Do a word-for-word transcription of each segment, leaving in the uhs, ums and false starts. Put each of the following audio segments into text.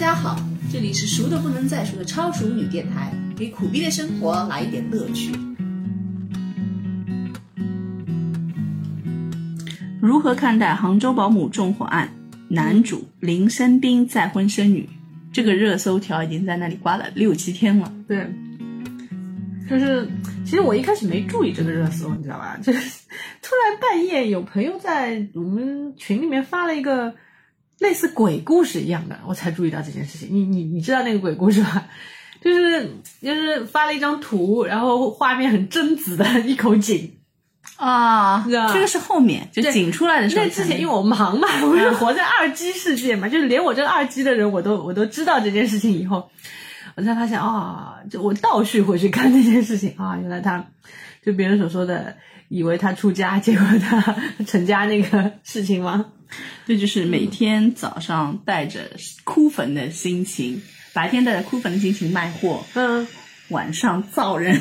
家好，这里是熟的不能再熟的超熟女电台，给苦逼的生活来一点乐趣。 如何看待杭州保姆纵火案？男主林生斌再婚生女，这个热搜条已经在那里挂了六七天了。 对，就是其实我一开始没注意这个热搜，你知道吧？就是突然半夜有朋友在我们群里面发了一个类似鬼故事一样的，我才注意到这件事情。你你你知道那个鬼故事吧？就是就是发了一张图，然后画面很贞子的一口井。 啊，这个是后面就井出来的时候。 那之前因为我忙嘛，我是活在二 G 世界嘛，就是连我这个二 G 的人，我都我都知道这件事情以后，我才发现啊，就我倒叙回去看这件事情啊，原来他就别人所说的，以为他出家，结果他成家那个事情吗？ 这就是每天早上带着哭坟的心情，白天带着哭坟的心情卖货， 嗯， 晚上造人。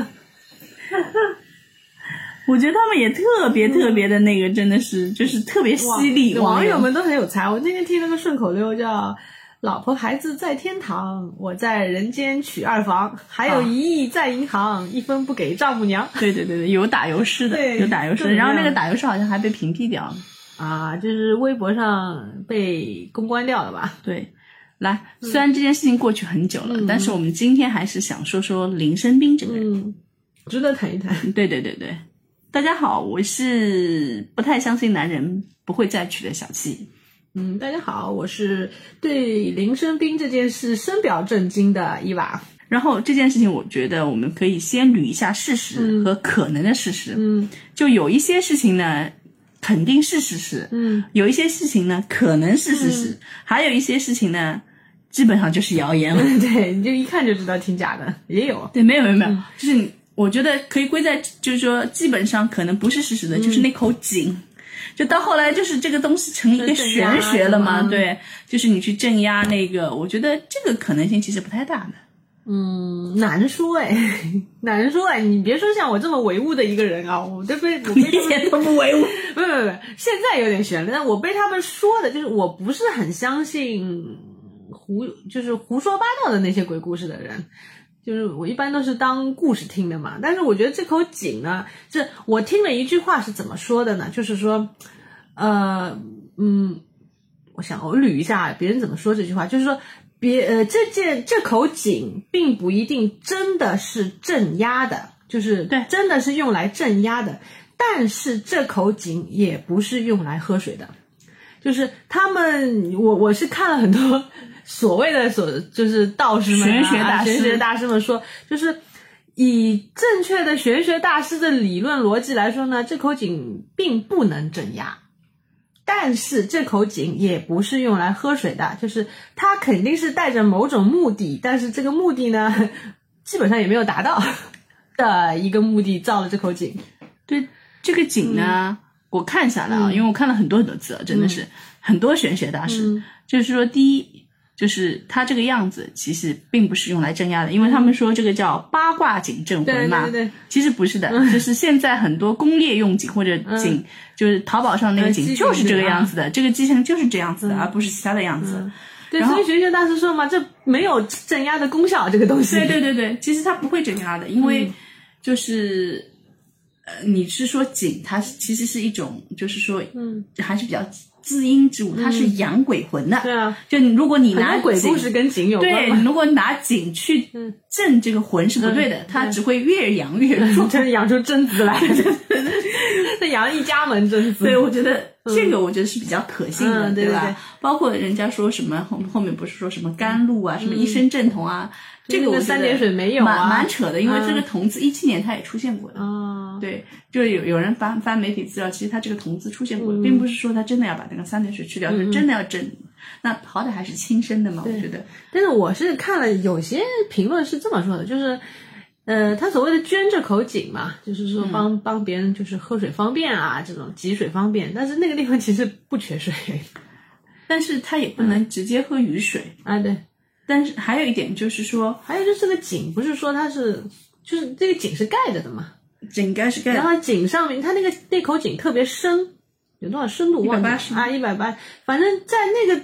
我觉得他们也特别特别的那个，真的是就是特别犀利， 网友们都很有才。我那天听了个顺口溜叫老婆孩子在天堂，我在人间娶二房，还有一亿在银行，一分不给丈母娘。 对对对对，有打油诗的，有打油诗，然后那个打油诗好像还被屏蔽掉了啊，就是微博上被公关掉了吧。 对，来，虽然这件事情过去很久了，嗯，但是我们今天还是想说说林生斌这个人， 嗯，值得谈一谈。 对对对对。大家好，我是不太相信男人不会再娶的小七。 嗯，大家好，我是对林生斌这件事深表震惊的伊娃。 然后这件事情我觉得我们可以先捋一下事实和可能的事实。 嗯， 就有一些事情呢肯定是事实， 嗯， 有一些事情呢可能是事实，嗯，还有一些事情呢基本上就是谣言了。 对，你就一看就知道挺假的，也有。 对，没有没有没有，嗯，就是你我觉得可以归在，就是说基本上可能不是事实的，嗯，就是那口井，就到后来就是这个东西成一个玄学了嘛，对，就是你去镇压那个，我觉得这个可能性其实不太大的。 嗯，难说哎，难说哎，你别说像我这么唯物的一个人啊，我都被我被一点都不唯物， 不不不，现在有点悬了，但我被他们说的，就是我不是很相信胡就是胡说八道的那些鬼故事的人。就是我一般都是当故事听的嘛，但是我觉得这口井呢，是我听了一句话是怎么说的呢？就是说，呃，嗯，我想我捋一下别人怎么说这句话，就是说，别呃，这件这口井并不一定真的是镇压的，就是对， 真的是用来镇压的，但是这口井也不是用来喝水的，就是他们，我我是看了很多。所谓的所就是道士们、啊、 玄学大师、 玄学大师们说，就是以正确的玄学大师的理论逻辑来说呢，这口井并不能镇压，但是这口井也不是用来喝水的，就是它肯定是带着某种目的，但是这个目的呢，基本上也没有达到的一个目的造了这口井。 对，这个井呢，嗯，我看下来啊，嗯，因为我看了很多很多次，真的是，嗯，很多玄学大师，嗯，就是说第一。就是它这个样子其实并不是用来镇压的，因为他们说这个叫八卦井镇魂嘛， 对对对， 其实不是的，嗯，就是现在很多工业用井或者井，嗯，就是淘宝上那个井就是这个样子的，嗯，这个机器就是这样子的，嗯，而不是其他的样子。嗯， 对，所以玄学大师说嘛，这没有镇压的功效，这个东西。 对对对对，其实它不会镇压的，因为就是呃，你是说井，它其实是一种，就是说，嗯，还是比较。滋阴之物，它是养鬼魂的。 对啊， 就如果你拿鬼故事跟井有关， 对，如果拿井去镇这个魂是不对的，嗯，它只会越养越重， 真养出贞子来，这养一家门贞子。 对，我觉得这个我觉得是比较可信的， 嗯， 对吧？ 对对对， 包括人家说什么后后面不是说什么甘露啊，嗯，什么一生正统啊， 嗯， 这个我觉得三点水没有啊， 蛮蛮扯的，因为这个童字一七年它也出现过的。 哦， 对，就有有人翻翻媒体资料，其实它这个童字出现过，嗯，并不是说它真的要把那个三点水去掉，嗯，是真的要整，那好歹还是亲生的嘛，我觉得。 但是我是看了有些评论是这么说的，就是呃，他所谓的捐这口井嘛，就是说帮，嗯，帮别人就是喝水方便啊，这种汲水方便，但是那个地方其实不缺水， 但是它也不能直接喝雨水， 嗯，啊，对。 但是还有一点就是说， 还有就是这个井不是说它是，就是这个井是盖着的嘛， 井盖是盖的， 然后井上面它那个那口井特别深，有多少深度忘记了啊，一百八，反正在那个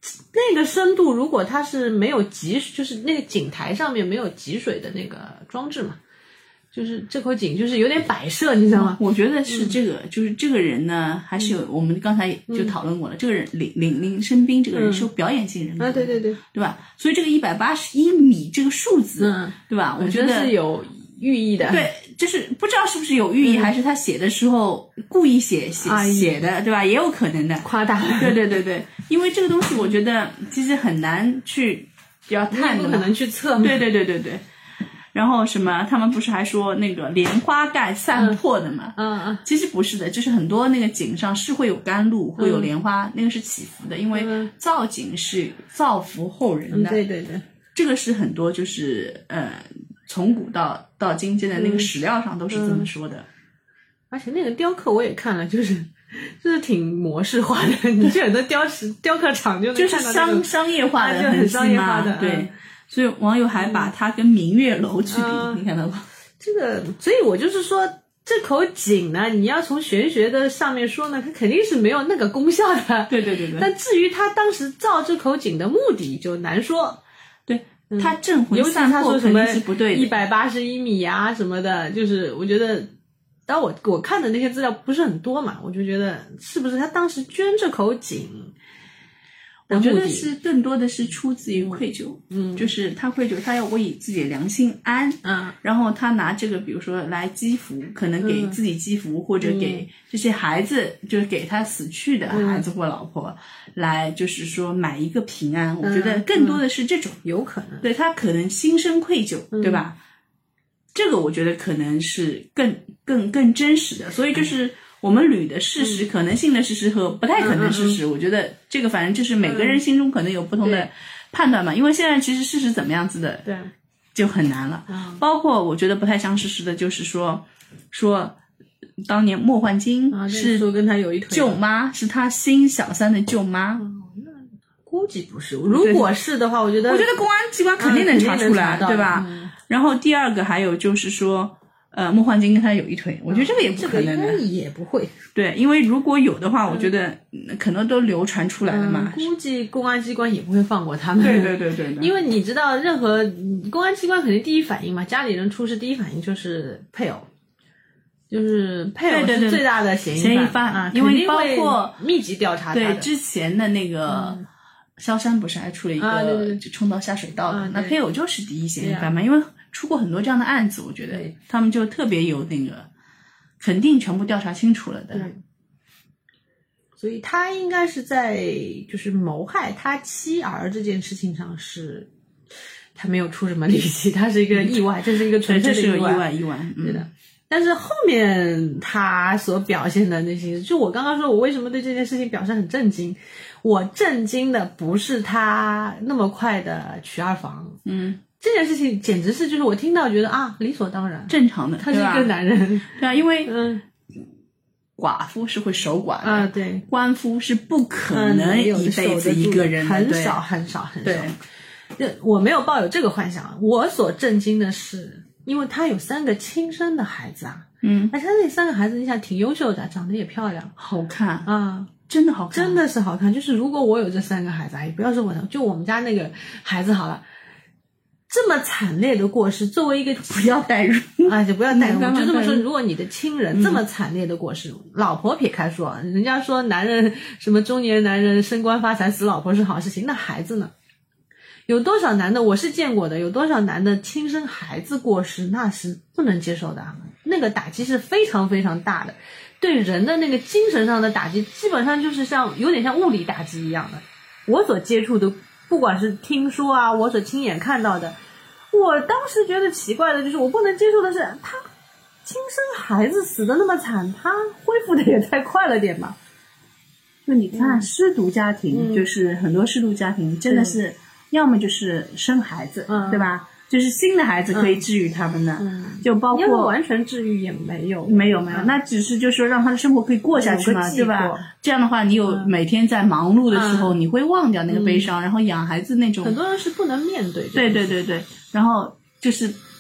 那个深度，如果它是没有集，就是那个井台上面没有集水的那个装置嘛，就是这口井就是有点摆设，你知道吗？ 我觉得是这个，嗯、就是这个人呢，还是有、嗯、我们刚才就讨论过了，嗯、这个人林林林生斌这个人是有表演性人格的、 嗯、啊，对对对， 对吧？所以这个一百八十一米这个数字，嗯，对吧？我觉得是有寓意的， 对，就是不知道是不是有寓意，嗯、还是他写的时候故意写写、啊、写的，对吧？也有可能的， 夸大了。 对对对对，因为这个东西我觉得其实很难去要探的， 不可能去测。 对对对对对。然后什么？他们不是还说那个莲花盖散破的嘛？ 嗯嗯， 其实不是的，就是很多那个井上是会有甘露，会有莲花，嗯、那个是祈福的，因为造井是造福后人的。 嗯、对对对， 这个是很多就是呃，从古到到今天的那个史料上都是这么说的。嗯、 而且那个雕刻我也看了，就是就是挺模式化的，你去很多雕石雕刻厂就能看到、 就是商商业化的， 就很商业化的， 对。 嗯所以网友还把它跟明月楼去比，嗯、你看到吗？ 这个，所以我就是说，这口井呢，你要从玄学的上面说呢，它肯定是没有那个功效的。 对对对对。 但至于他当时造这口井的目的，就难说。 对，他镇魂散魄肯定是不对的。 一百八十一米啊什么的，就是我觉得，当我我看的那些资料不是很多嘛，我就觉得是不是他当时捐这口井？ 我觉得是更多的是出自于愧疚，嗯，就是他愧疚，他要为自己的良心安， 嗯， 然后他拿这个，比如说来积福，可能给自己积福，嗯、或者给这些孩子，嗯、就是给他死去的孩子或老婆，嗯、来就是说买一个平安。嗯、我觉得更多的是这种， 嗯、有可能， 对他可能心生愧疚， 嗯、 对吧？这个我觉得可能是更更更真实的，所以就是。嗯我们捋的事实、嗯、可能性的事实和不太可能事实、嗯嗯嗯、我觉得这个反正就是每个人心中可能有不同的判断嘛、嗯、因为现在其实事实怎么样子的对就很难了、 嗯、 包括我觉得不太像事实的就是说说当年莫焕晶是跟他有一腿舅妈，是他新小三的舅妈、 嗯、那估计不是，如果是的话我觉得我觉得公安机关肯定能查出来、 嗯、 对吧、 嗯、 然后第二个还有就是说呃，莫焕晶跟他有一腿，我觉得这个也不可能的， 这个也不会。 对，因为如果有的话，我觉得可能都流传出来了嘛。 嗯、估计公安机关也不会放过他们。 对对对对。 因为你知道，任何公安机关肯定第一反应嘛，家里人出事第一反应就是配偶，就是配偶是最大的嫌疑犯。 嫌疑犯啊， 因为包括密集调查他对之前的那个。嗯萧山不是还出了一个、 啊、对对就冲到下水道的、 啊、 那配偶就是第一嫌疑犯嘛、啊、因为出过很多这样的案子，我觉得他们就特别有那个肯定全部调查清楚了的。 对，所以他应该是在就是谋害他妻儿这件事情上是他没有出什么力气，他是一个意外，这是一个纯粹的意外， 意外意外， 对的。但是后面他所表现的那些，就我刚刚说我为什么对这件事情表示很震惊，我震惊的不是他那么快的娶二房， 嗯， 这件事情简直是就是我听到觉得啊理所当然正常的， 他是一个男人， 对啊，因为嗯， 寡妇是会守寡的啊，对， 官夫是不可能一辈子一个人的， 很少很少很少， 对， 我没有抱有这个幻想，我所震惊的是。因为他有三个亲生的孩子啊， 嗯， 而且他那三个孩子你想挺优秀的，长得也漂亮， 好看啊， 真的好看， 真的是好看。就是如果我有这三个孩子啊，也不要说我的，就我们家那个孩子好了，这么惨烈的过世，作为一个不要代入啊，就不要代入，就这么说，如果你的亲人这么惨烈的过世，嗯、老婆撇开说，人家说男人什么中年男人升官发财死老婆是好事情，那孩子呢？有多少男的我是见过的，有多少男的亲生孩子过世，那是不能接受的，那个打击是非常非常大的，对人的那个精神上的打击基本上就是像有点像物理打击一样的。我所接触的不管是听说啊，我所亲眼看到的，我当时觉得奇怪的就是我不能接受的是他亲生孩子死的那么惨，他恢复的也太快了点吧。 就你看失独家庭、嗯、就是很多失独家庭真的是要么就是生孩子、嗯、对吧，就是新的孩子可以治愈他们的、嗯、就包括要不完全治愈也没有没有没有、嗯、那只是就是说让他的生活可以过下去嘛，对吧，这样的话你有每天在忙碌的时候、嗯、你会忘掉那个悲伤、嗯、然后养孩子那种很多人是不能面对， 对对对对，然后就是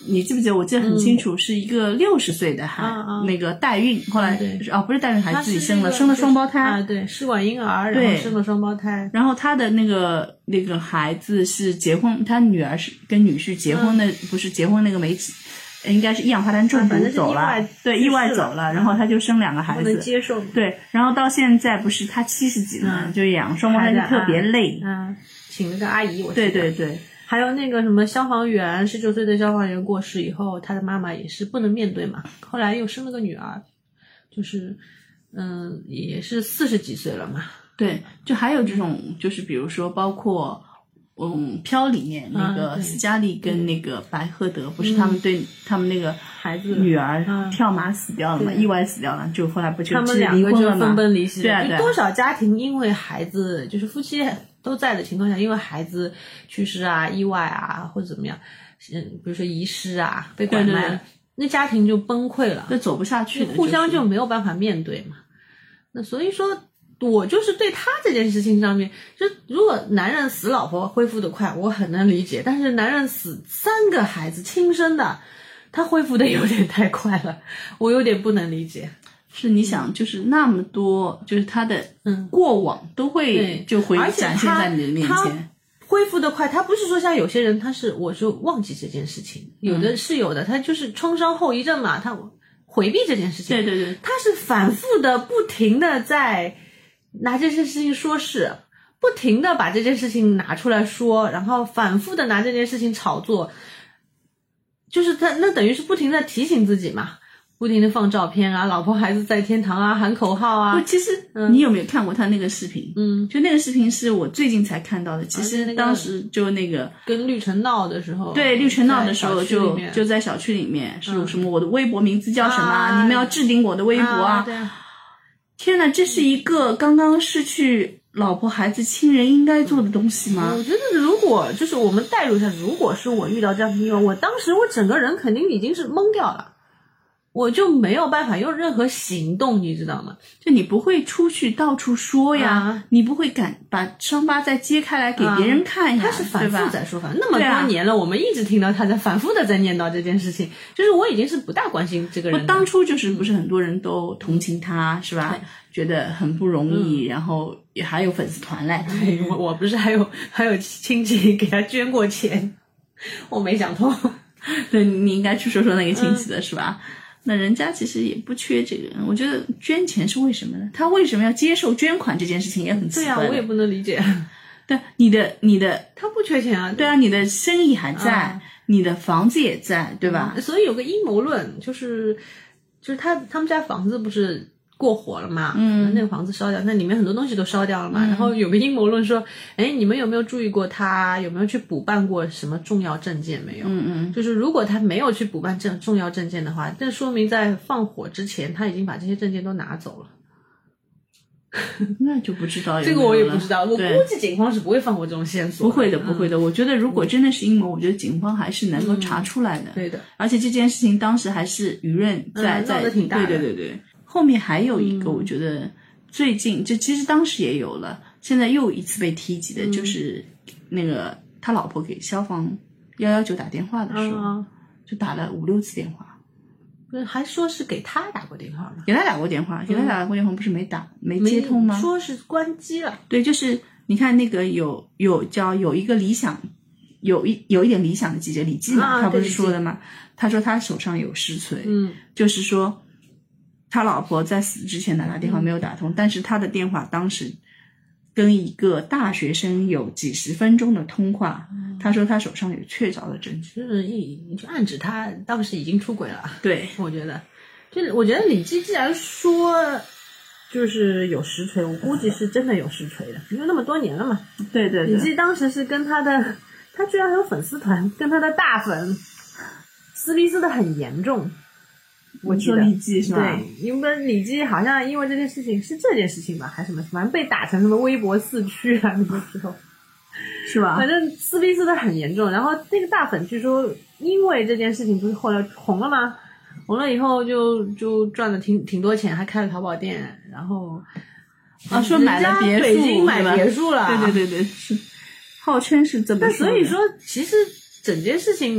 你记不记得？我记得很清楚，是一个六十岁的孩、 嗯、 那个代孕，后来对哦不是代孕，还自己生了， 那个、 生了双胞胎啊，对，试管婴儿，然后生了双胞胎。 然后他的那个那个孩子是结婚，他女儿是跟女婿结婚的，嗯、不是结婚那个没。应该是一氧化碳中毒走了， 啊、 对，意外走了，然后他就生两个孩子， 不能接受。 对，然后到现在不是他七十几了，嗯、就养双胞胎就特别累， 嗯，请了个阿姨，我对对对。 还有那个什么消防员，十九岁的消防员过世以后，他的妈妈也是不能面对嘛，后来又生了个女儿，就是嗯，也是四十几岁了嘛。 对，就还有这种，就是比如说包括。嗯，飘里面那个斯嘉丽跟那个白赫德，不是他们对他们那个孩子女儿跳马死掉了嘛，意外死掉了，就后来不就他们两个就分崩离析了。 对啊，对啊。 多少家庭因为孩子就是夫妻都在的情况下，因为孩子去世啊、意外啊或者怎么样，嗯，比如说遗失啊、被拐卖，那家庭就崩溃了， 就走不下去了， 互相就没有办法面对嘛。那所以说。我就是对他这件事情上面，就如果男人死老婆恢复的快，我很能理解，但是男人死三个孩子亲生的，他恢复的有点太快了，我有点不能理解。 是你想，就是那么多，就是他的过往都会就会展现在你的面前。 恢复的快，他不是说像有些人他是我就忘记这件事情，有的是有的，他就是创伤后遗症嘛，他回避这件事情。 对对对， 他是反复的不停的在拿这件事情说事，不停的把这件事情拿出来说，然后反复的拿这件事情炒作，就是他那等于是不停的提醒自己嘛，不停的放照片啊，老婆孩子在天堂啊，喊口号啊。 不，其实、嗯、你有没有看过他那个视频？ 嗯， 就那个视频是我最近才看到的。其实当时就那个、啊、 跟绿城闹的时候， 对绿城闹的时候就就在小区里面，是什么我的微博名字叫什么、啊、你们要置顶我的微博啊。 啊对啊， 天哪，这是一个刚刚失去老婆孩子亲人应该做的东西吗？ 我觉得如果就是我们代入一下，如果是我遇到这样的意外，我当时我整个人肯定已经是懵掉了，我就没有办法用任何行动，你知道吗？ 就你不会出去到处说呀， 啊、 你不会敢把伤疤再揭开来给别人看呀， 啊、他是反复在说法，那么多年了、啊，我们一直听到他在反复的在念叨这件事情，就是我已经是不大关心这个人。 我当初就是不是很多人都同情他，是吧？觉得很不容易，嗯、然后也还有粉丝团嘞。 对，我我不是还有还有亲戚给他捐过钱，我没想通。 对，你应该去说说那个亲戚的、 嗯、 是吧？那人家其实也不缺这个，我觉得捐钱是为什么呢？他为什么要接受捐款这件事情也很奇怪。 对啊，我也不能理解。 对，你的你的他不缺钱啊。 对啊，你的生意还在， 啊、 你的房子也在，对吧？ 嗯、所以有个阴谋论，就是就是他他们家房子不是过火了嘛， 嗯， 那个房子烧掉，那里面很多东西都烧掉了嘛。 嗯、 然后有个阴谋论说，哎，你们有没有注意过他有没有去补办过什么重要证件没有？ 嗯嗯， 就是如果他没有去补办这重要证件的话，这说明在放火之前他已经把这些证件都拿走了。 那就不知道有没有了， 这个我也不知道，我估计警方是不会放过这种线索。 不会的，不会的。嗯、我觉得如果真的是阴谋，我觉得警方还是能够查出来的。 嗯、对的， 而且这件事情当时还是舆论在、 嗯、 在， 闹得挺大的。 对对对对。后面还有一个，我觉得最近这、嗯、其实当时也有了，现在又一次被提及的， 嗯、 就是那个他老婆给消防一一九打电话的时候， 嗯、 就打了五六次电话。 还说是给他打过电话吗？ 给他打过电话，给他打过电话不是没打、嗯、没接通吗？ 说是关机了。 对，就是你看那个有有叫有一个理想，有一有一点理想的记者李记嘛、 啊， 他不是说的吗？他说他手上有实锤， 嗯， 就是说他老婆在死之前打他电话没有打通，嗯、但是他的电话当时跟一个大学生有几十分钟的通话，嗯、他说他手上有确凿的证据， 就是一就暗指他当时已经出轨了。 对， 我觉得，就是我觉得李记既然说就是有实锤，我估计是真的有实锤的，因为那么多年了嘛。 对对对， 李记当时是跟他的，他居然还有粉丝团，跟他的大粉撕逼撕的很严重。我记得李记是吧？ 对，因为李记好像因为这件事情是这件事情吧，还是什么，反正被打成什么微博四区啊，那个时候是吧？ 反正撕逼撕的很严重。然后那个大粉据说因为这件事情不是后来红了吗？红了以后就就赚了挺挺多钱，还开了淘宝店，然后啊说买了别墅， 北京买别墅了， 对对对对，是号称是这么说的。 那所以说，其实整件事情。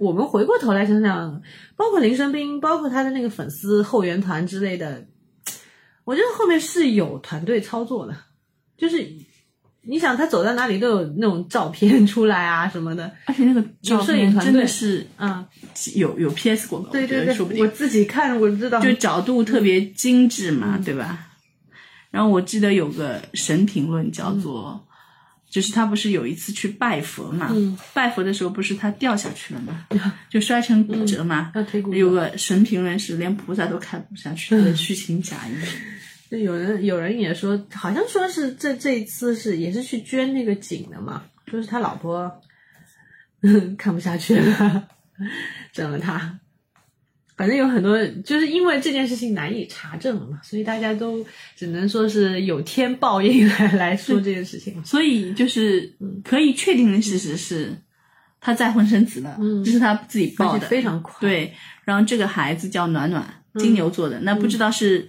我们回过头来想想，包括林生斌，包括他的那个粉丝后援团之类的，我觉得后面是有团队操作的，就是你想他走到哪里都有那种照片出来啊什么的， 而且那个照片真的是嗯有有 P S 过的， 对对对， 说不定我自己看我知道， 就角度特别精致嘛， 嗯、 对吧？然后我记得有个神评论叫做。嗯就是他不是有一次去拜佛嘛、嗯、拜佛的时候不是他掉下去了嘛、嗯、就摔成骨折嘛、 嗯、 有个神评论是连菩萨都看不下去的虚情假意。 就有人有人也说好像说是这这一次是也是去捐那个井的嘛，说是他老婆看不下去了整了他，反正有很多就是因为这件事情难以查证了嘛，所以大家都只能说是有天报应来来说这件事情。 所以就是可以确定的事实是他再婚生子了，嗯，这是他自己报的， 非常快。 对，然后这个孩子叫暖暖，金牛座的、嗯、那不知道是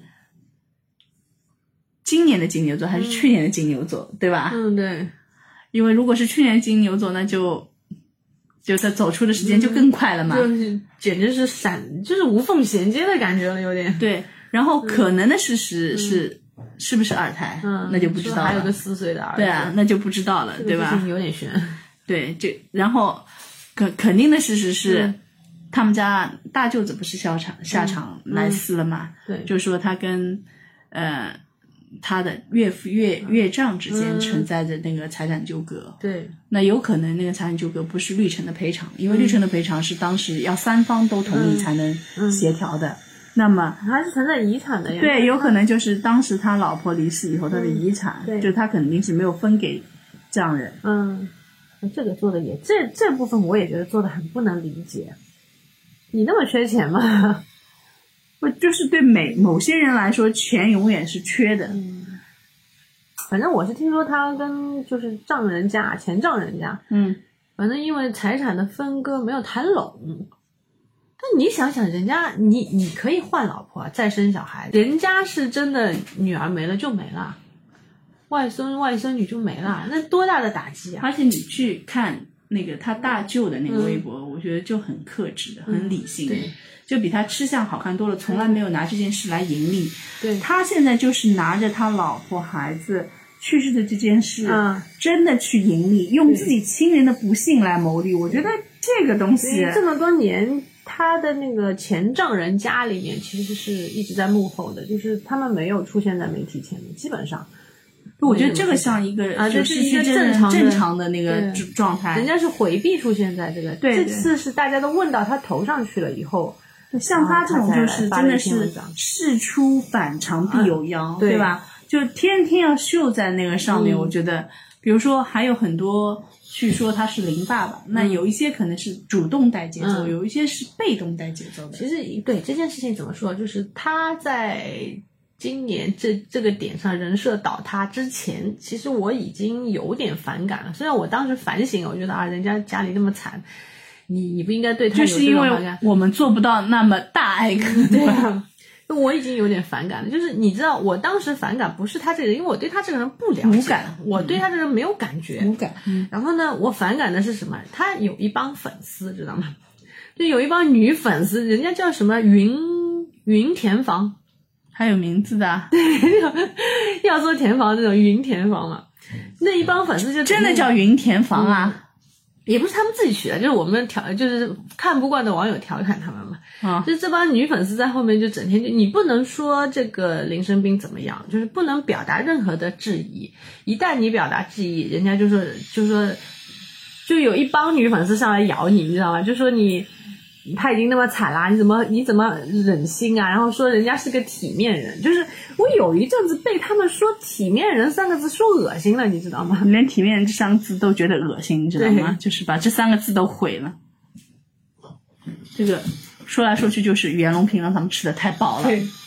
今年的金牛座还是去年的金牛座、嗯、对吧？ 嗯，对。 因为如果是去年金牛座那就就他走出的时间就更快了嘛， 嗯、就是简直是闪，就是无缝衔接的感觉了，有点。 对，然后可能的事实是、嗯、是不是二胎，嗯，那就不知道了。 还有个四岁的儿子， 对啊，那就不知道了， 这个、 对吧？ 有点悬。 对，就然后肯肯定的事实是、嗯，他们家大舅子不是下场下场来世了嘛？ 嗯、对， 就是说他跟呃。他的岳父岳岳丈之间存在着那个财产纠葛、 嗯、对， 那有可能那个财产纠葛不是绿城的赔偿，因为绿城的赔偿是当时要三方都同意才能协调的、嗯嗯、那么还是存在遗产的呀。 对，有可能就是当时他老婆离世以后他的遗产、嗯、就他肯定是没有分给丈人。 嗯，这个做的也这这部分我也觉得做的很不能理解，你那么缺钱吗？ 不就是对每某些人来说钱永远是缺的、 嗯、反正我是听说他跟就是丈人家前丈人家嗯， 反正因为财产的分割没有谈拢。但你想想人家你你可以换老婆再生小孩，人家是真的女儿没了就没了，外孙外孙女就没了，那多大的打击啊。 而且你去看那个他大舅的那个微博、嗯、我觉得就很克制的、嗯、很理性， 对， 就比他吃相好看多了，从来没有拿这件事来盈利。 对， 他现在就是拿着他老婆孩子去世的这件事、 嗯、 真的去盈利，用自己亲人的不幸来牟利。我觉得这个东西这么多年他的那个前丈人家里面其实是一直在幕后的，就是他们没有出现在媒体前面，基本上我觉得这个像一个啊，这是一个正常正常的那个状态， 人家是回避出现在这个， 对对， 这次是大家都问到他头上去了以后， 像他这种就是真的是事出反常必有妖、啊、对, 对吧？就天天要秀在那个上面、嗯、我觉得比如说还有很多去说他是林爸爸、嗯、那有一些可能是主动带节奏、嗯、有一些是被动带节奏的。 其实对这件事情怎么说，就是他在今年这这个点上人设倒塌之前，其实我已经有点反感了。虽然我当时反省，我觉得啊，人家家里那么惨，你你不应该对他有这种反感。 就是因为我们做不到那么大爱可能。 对啊，我已经有点反感了。就是你知道，我当时反感不是他这个人，因为我对他这个人不了解， 无感， 我对他这个人没有感觉， 无感。嗯。 然后呢，我反感的是什么？他有一帮粉丝，知道吗？就有一帮女粉丝，人家叫什么云云田房。 还有名字的， 对，要说田房这种云田房嘛，那一帮粉丝就真的叫云田房啊、嗯， 也不是他们自己取的，就是我们调，就是看不惯的网友调侃他们嘛。 啊、 就是这帮女粉丝在后面就整天就，你不能说这个林生斌怎么样，就是不能表达任何的质疑，一旦你表达质疑，人家就说就说就有一帮女粉丝上来咬你，你知道吗？就说你。他已经那么惨啦，你怎么你怎么忍心啊？然后说人家是个体面人，就是我有一阵子被他们说体面人三个字说恶心了，你知道吗？ 你连体面人这三个字都觉得恶心，你知道吗？就是把这三个字都毁了。这个说来说去就是袁隆平让他们吃的太饱了。 对，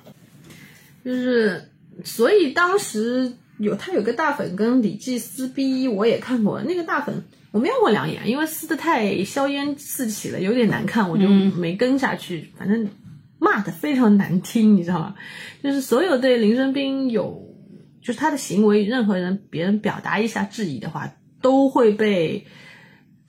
就是所以当时有他有个大粉跟李记撕逼，我也看过那个大粉。我瞄过两眼，因为撕得太硝烟四起了，有点难看，我就没跟下去、嗯、反正骂得非常难听，你知道吗？就是所有对林生斌有就是他的行为任何人别人表达一下质疑的话，都会被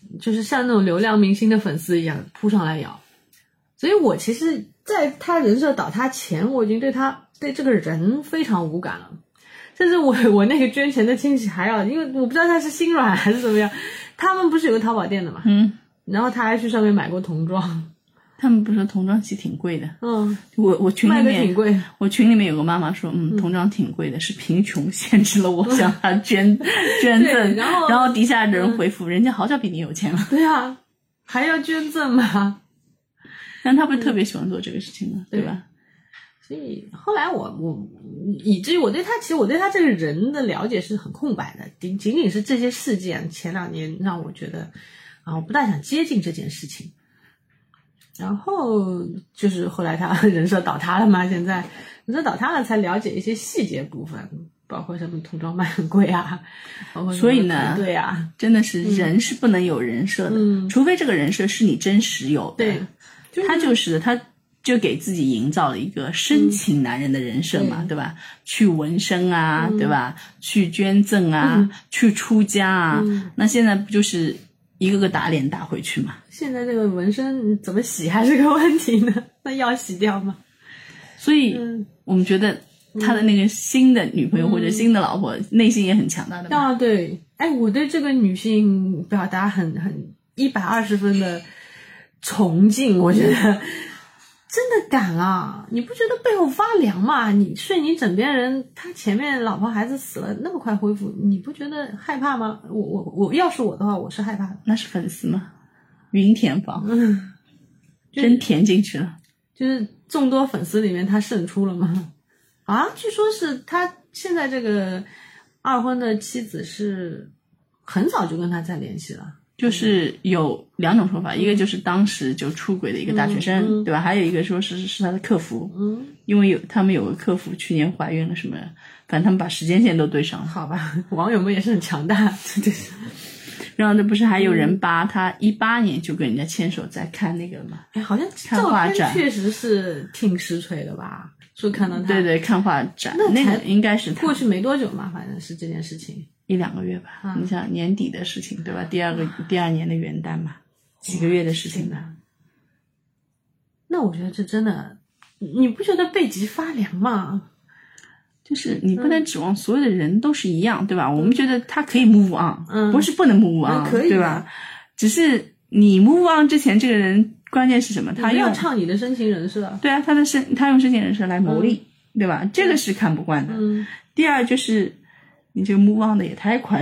就是像那种流量明星的粉丝一样扑上来咬。所以我其实在他人设倒塌前，我已经对他对这个人非常无感了。甚至我我那个捐钱的亲戚还要，因为我不知道他是心软还是怎么样，他们不是有个淘宝店的嘛， 嗯， 然后他还去上面买过童装， 他们不是说童装其实挺贵的， 嗯， 我我群里卖的面挺贵， 我群里面有个妈妈说，嗯，童装挺贵的，是贫穷限制了我向她捐捐赠， 然后然后底下的人回复，人家好像比你有钱了， 对啊，还要捐赠嘛， 但他不是特别喜欢做这个事情吗？对吧？ 所以后来我我以至于我对他，其实我对他这个人的了解是很空白的，仅仅仅是这些事件前两年让我觉得啊，我不大想接近这件事情。然后就是后来他人设倒塌了嘛，现在人设倒塌了才了解一些细节部分，包括什么童装卖很贵啊，包括所以呢， 对啊， 真的是人是不能有人设的， 嗯、 除非这个人设是你真实有的。 对， 就是、他就是他。就给自己营造了一个深情男人的人设嘛，嗯、对吧？去纹身啊，嗯、对吧？去捐赠啊，嗯、去出家啊，嗯、那现在不就是一个个打脸打回去嘛？ 现在这个纹身怎么洗还是个问题呢？那要洗掉吗？ 所以我们觉得他的那个新的女朋友或者新的老婆内心也很强大的嘛。 啊，对，哎，我对这个女性表达很很一百二十分的崇敬，我觉得。真的敢啊！你不觉得背后发凉吗？你睡你枕边人，他前面老婆孩子死了那么快恢复，你不觉得害怕吗？我我我要是我的话，我是害怕的。 那是粉丝吗？云田房， 嗯， 真填进去了。 就是众多粉丝里面他胜出了吗？啊，据说是他现在这个二婚的妻子是很早就跟他在联系了。 就是有两种说法，嗯、一个就是当时就出轨的一个大学生， 嗯嗯、 对吧？还有一个说是是他的客服， 嗯， 因为有他们有个客服去年怀孕了什么，反正他们把时间线都对上了。 好吧，网友们也是很强大，对。 然后这不是还有人扒他一八年就跟人家牵手在看那个吗？ 哎，好像看画展确实是挺实锤的吧？说看到他， 对对，看画展，那, 那个应该是他过去没多久嘛，反正是这件事情。 一两个月吧， 啊、 你想年底的事情对吧？第二个、啊、第二年的元旦嘛，几个月的事情吧。 那我觉得这真的，你不觉得背脊发凉吗？ 就是你不能指望所有的人都是一样，嗯、对吧？我们觉得他可以 move on， 嗯， 不是不能 move on，、 嗯、可以， 对吧？只是你 move on 之前，这个人关键是什么？他用要唱你的深情人设， 对啊，他的深他用深情人设来牟利， 嗯、 对吧？这个是看不惯的。 嗯， 第二就是。你这个 move on 的也太快了，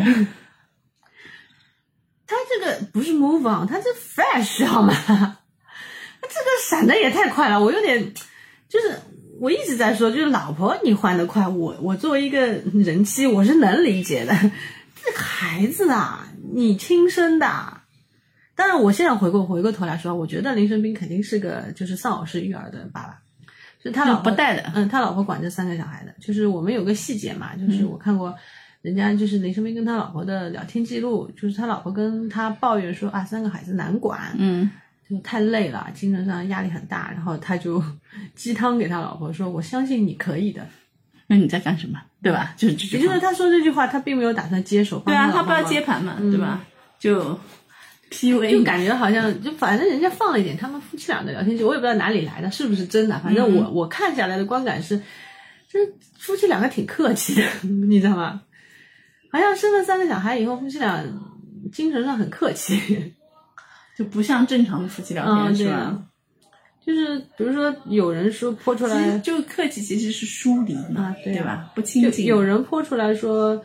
他这个不是 move on， 他这 fresh 好吗？他这个闪的也太快了，我有点，就是我一直在说，就是老婆你换得快，我我作为一个人妻，我是能理解的。这个孩子啊，你亲生的，当然我现在回过回过头来说，我觉得林生斌肯定是个就是丧偶式育儿的爸爸。是他老婆不带的， 嗯，他老婆管这三个小孩的。就是我们有个细节嘛，就是我看过人家就是林生斌跟他老婆的聊天记录，就是他老婆跟他抱怨说啊，三个孩子难管， 嗯， 就太累了，精神上压力很大，然后他就鸡汤给他老婆说，我相信你可以的。 那你在干什么？对吧？就是这句话。 也就是他说这句话，他并没有打算接手。 对啊，他不要接盘嘛，嗯、对吧？就。P U A 就感觉好像就反正人家放了一点他们夫妻俩的聊天记录，我也不知道哪里来的，是不是真的？反正我、嗯、我看下来的观感是，就是夫妻两个挺客气的，你知道吗？好像生了三个小孩以后，夫妻俩精神上很客气， 就不像正常的夫妻聊天、嗯、是吧？ 就是比如说有人说泼出来， 就客气其实是疏离嘛， 啊、对, 对吧？不亲近。 有人泼出来说。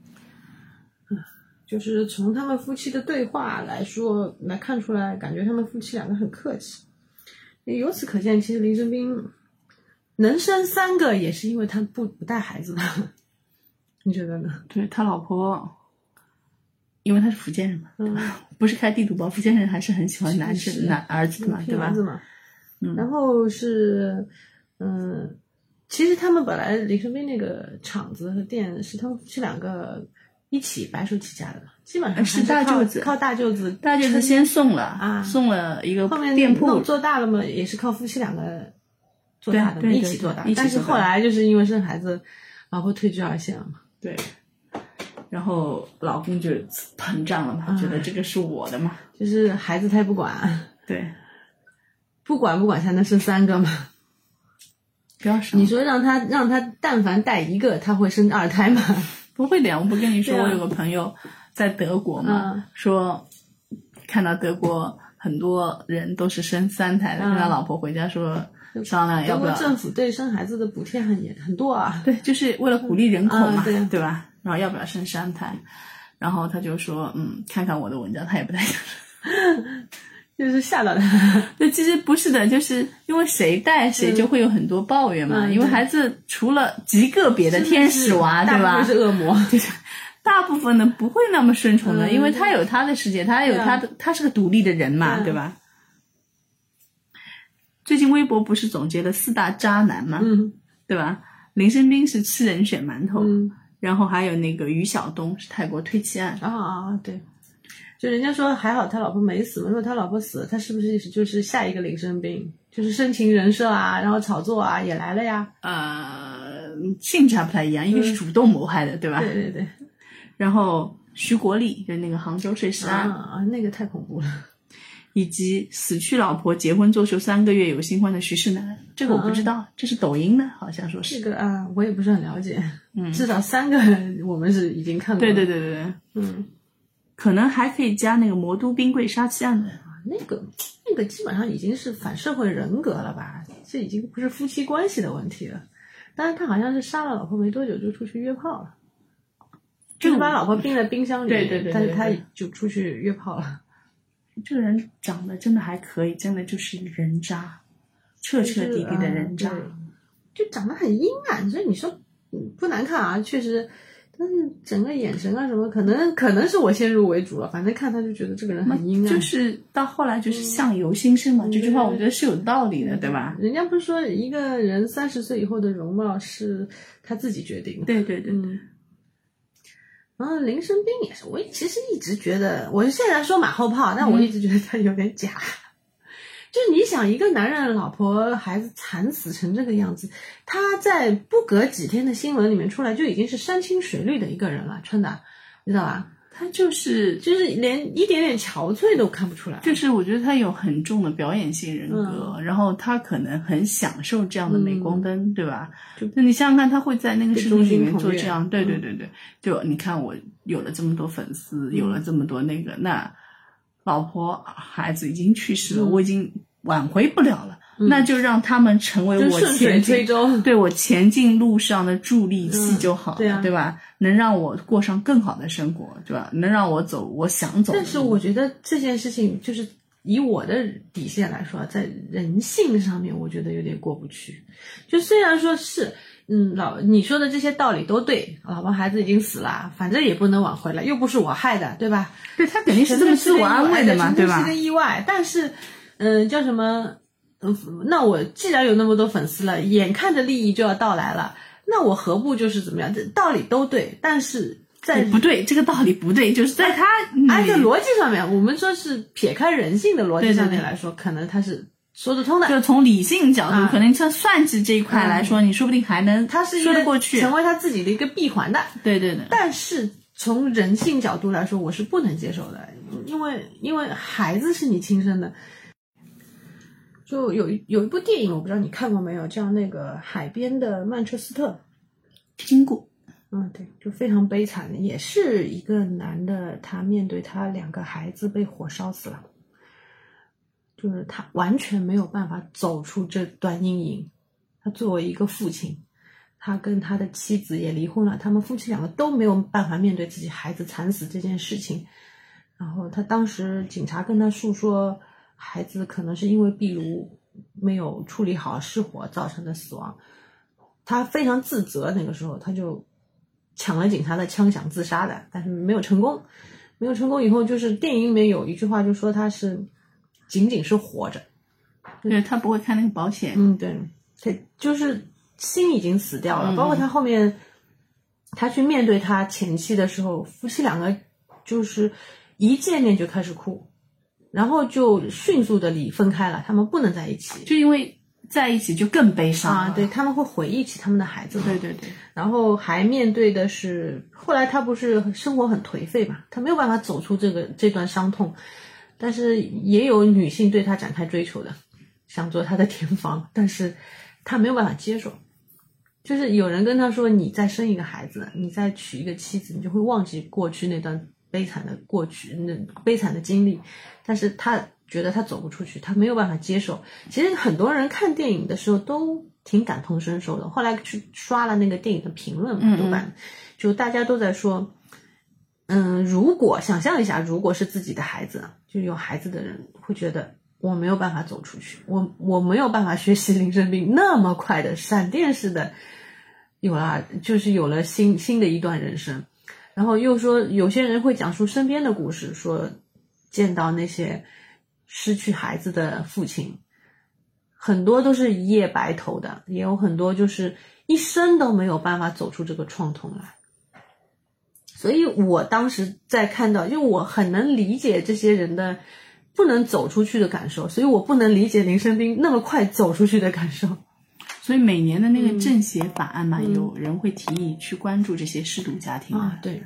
就是从他们夫妻的对话来说来看出来，感觉他们夫妻两个很客气。由此可见，其实林生斌能生三个也是因为他不不带孩子嘛，你觉得呢？ 对，他老婆，因为他是福建人嘛， 嗯， 不是开地图包，福建人还是很喜欢男生男儿子的嘛，对吧？ 儿子嘛， 嗯， 然后是嗯，其实他们本来林生斌那个厂子和店是他们夫妻两个。一起白手起家的，基本上是大舅子， 靠大舅子， 大舅子先送了啊， 送了一个后面店铺， 做大了嘛，也是靠夫妻两个做大的， 对对对一起做大。 一起做大但是后来就是因为生孩子，老婆退居二线了嘛。 对， 然后老公就膨胀了嘛， 嗯、 觉得这个是我的嘛， 就是孩子他也不管， 对， 不管不管才能生三个嘛。 不要生。 你说让他让他但凡带一个，他会生二胎吗？ 不会的呀，我不跟你说， 啊、 我有个朋友在德国嘛， 嗯、 说看到德国很多人都是生三胎的， 嗯、 跟他老婆回家说商量要不要。 德国政府对生孩子的补贴很严很多啊。 对，就是为了鼓励人口嘛， 嗯、对, 对吧？然后要不要生三胎？然后他就说，嗯，看看我的文章，他也不太想生。 就是吓到他。 对，其实不是的，就是因为谁带谁就会有很多抱怨嘛。 嗯、 因为孩子除了极个别的天使娃，对吧？ 大部分是恶魔。 对，大部分的不会那么顺从的， 嗯、 因为他有他的世界，他有他的，他是个独立的人嘛， 嗯、 对吧？最近微博不是总结了四大渣男嘛， 嗯， 对吧？林生斌是吃人血馒头， 嗯， 然后还有那个于晓东是泰国推弃案。 啊啊，对。就人家说还好他老婆没死嘛，如果他老婆死了，他是不是就是下一个林生斌，就是深情人设啊，然后炒作啊也来了呀？ 呃，性质还不太一样，一个是主动谋害的， 嗯、 对吧？ 对对对。 然后徐国立就是那个杭州碎尸案啊，那个太恐怖了。 以及死去老婆结婚作秀三个月有新欢的徐世南，这个我不知道，嗯、这是抖音的，好像说是这个啊，我也不是很了解。 嗯， 至少三个我们是已经看过了。 对对对对对， 嗯。 可能还可以加那个魔都冰柜杀妻案的， 那个那个基本上已经是反社会人格了吧？这已经不是夫妻关系的问题了。但是他好像是杀了老婆没多久就出去约炮了，就是把老婆冰在冰箱里面， 对对对对对， 但是他就出去约炮了。 这个人长得真的还可以，真的就是人渣，彻彻底底的人渣， 就是呃、就长得很阴暗，所以你说不难看啊，确实。但是整个眼神啊什么，可能可能是我先入为主了，反正看他就觉得这个人很阴暗。 就是到后来就是相由心生嘛，嗯、这句话我觉得是有道理的，对吧？ 人家不是说一个人三十岁以后的容貌是他自己决定的。 对对对。 嗯。然后林生斌也是，我其实一直觉得，我现在说马后炮，但我一直觉得他有点假。嗯就你想一个男人老婆孩子惨死成这个样子，他在不隔几天的新闻里面出来就已经是山清水绿的一个人了，真的，知道吧？ 他就是就是连一点点憔悴都看不出来。 就是我觉得他有很重的表演性人格，嗯、然后他可能很享受这样的镁光灯，嗯、对吧？那你想想看，他会在那个视频里面做这样，对对对对，就你看我有了这么多粉丝，嗯、有了这么多那个那。老婆孩子已经去世了，嗯、我已经挽回不了了，嗯、那就让他们成为我前进对我前进路上的助力器就好了，嗯、对啊，对吧？能让我过上更好的生活，对吧？能让我走我想走的路。 但是我觉得这件事情就是以我的底线来说，在人性上面，我觉得有点过不去。就虽然说是。嗯，老你说的这些道理都对，老婆孩子已经死了，反正也不能挽回了，又不是我害的，对吧？ 对，他肯定是这么自我安慰的嘛，对吧？ 是个意外，但是，嗯、呃，叫什么？嗯，那我既然有那么多粉丝了，眼看着利益就要到来了，那我何不就是怎么样？这道理都对，但是在不对，这个道理不对，就是在他按照逻辑上面，我们说是撇开人性的逻辑上面来说， 对对对可能他是。说得通的， 就从理性角度， 啊、 可能像算计这一块来说，嗯、你说不定还能他是说得过去， 成为他自己的一个闭环的。 对对对。 但是从人性角度来说，我是不能接受的，因为因为孩子是你亲生的。就有有一部电影，我不知道你看过没有，叫那个《海边的曼彻斯特》。 听过。 嗯，对，就非常悲惨的，也是一个男的，他面对他两个孩子被火烧死了。就是他完全没有办法走出这段阴影。他作为一个父亲，他跟他的妻子也离婚了，他们夫妻两个都没有办法面对自己孩子惨死这件事情。然后他当时警察跟他诉说，孩子可能是因为壁炉没有处理好失火造成的死亡。他非常自责，那个时候他就抢了警察的枪想自杀的，但是没有成功。没有成功以后，就是电影里面有一句话就说他是仅仅是活着， 对，他不会看那个保险。 嗯，对，他就是心已经死掉了。嗯、包括他后面，他去面对他前妻的时候，夫妻两个就是一见面就开始哭，然后就迅速的离分开了，他们不能在一起。 就因为在一起就更悲伤了啊，对，他们会回忆起他们的孩子， 对对对， 然后还面对的是，后来他不是生活很颓废嘛，他没有办法走出这个这段伤痛，但是也有女性对他展开追求的，想做他的田房，但是他没有办法接受。就是有人跟他说，你再生一个孩子，你再娶一个妻子，你就会忘记过去那段悲惨的过去，那悲惨的经历，但是他觉得他走不出去，他没有办法接受。其实很多人看电影的时候都挺感同身受的，后来去刷了那个电影的评论嘛，豆瓣，就大家都在说，嗯，如果想象一下，如果是自己的孩子，就有孩子的人会觉得我没有办法走出去，我我没有办法学习林生斌那么快的闪电式的有了，就是有了新新的一段人生。然后又说有些人会讲述身边的故事，说见到那些失去孩子的父亲，很多都是一夜白头的，也有很多就是一生都没有办法走出这个创痛来。所以我当时在看到，因为我很能理解这些人的不能走出去的感受，所以我不能理解林生斌那么快走出去的感受。 所以每年的那个政协法案嘛，嗯、有人会提议去关注这些失独家庭啊，对。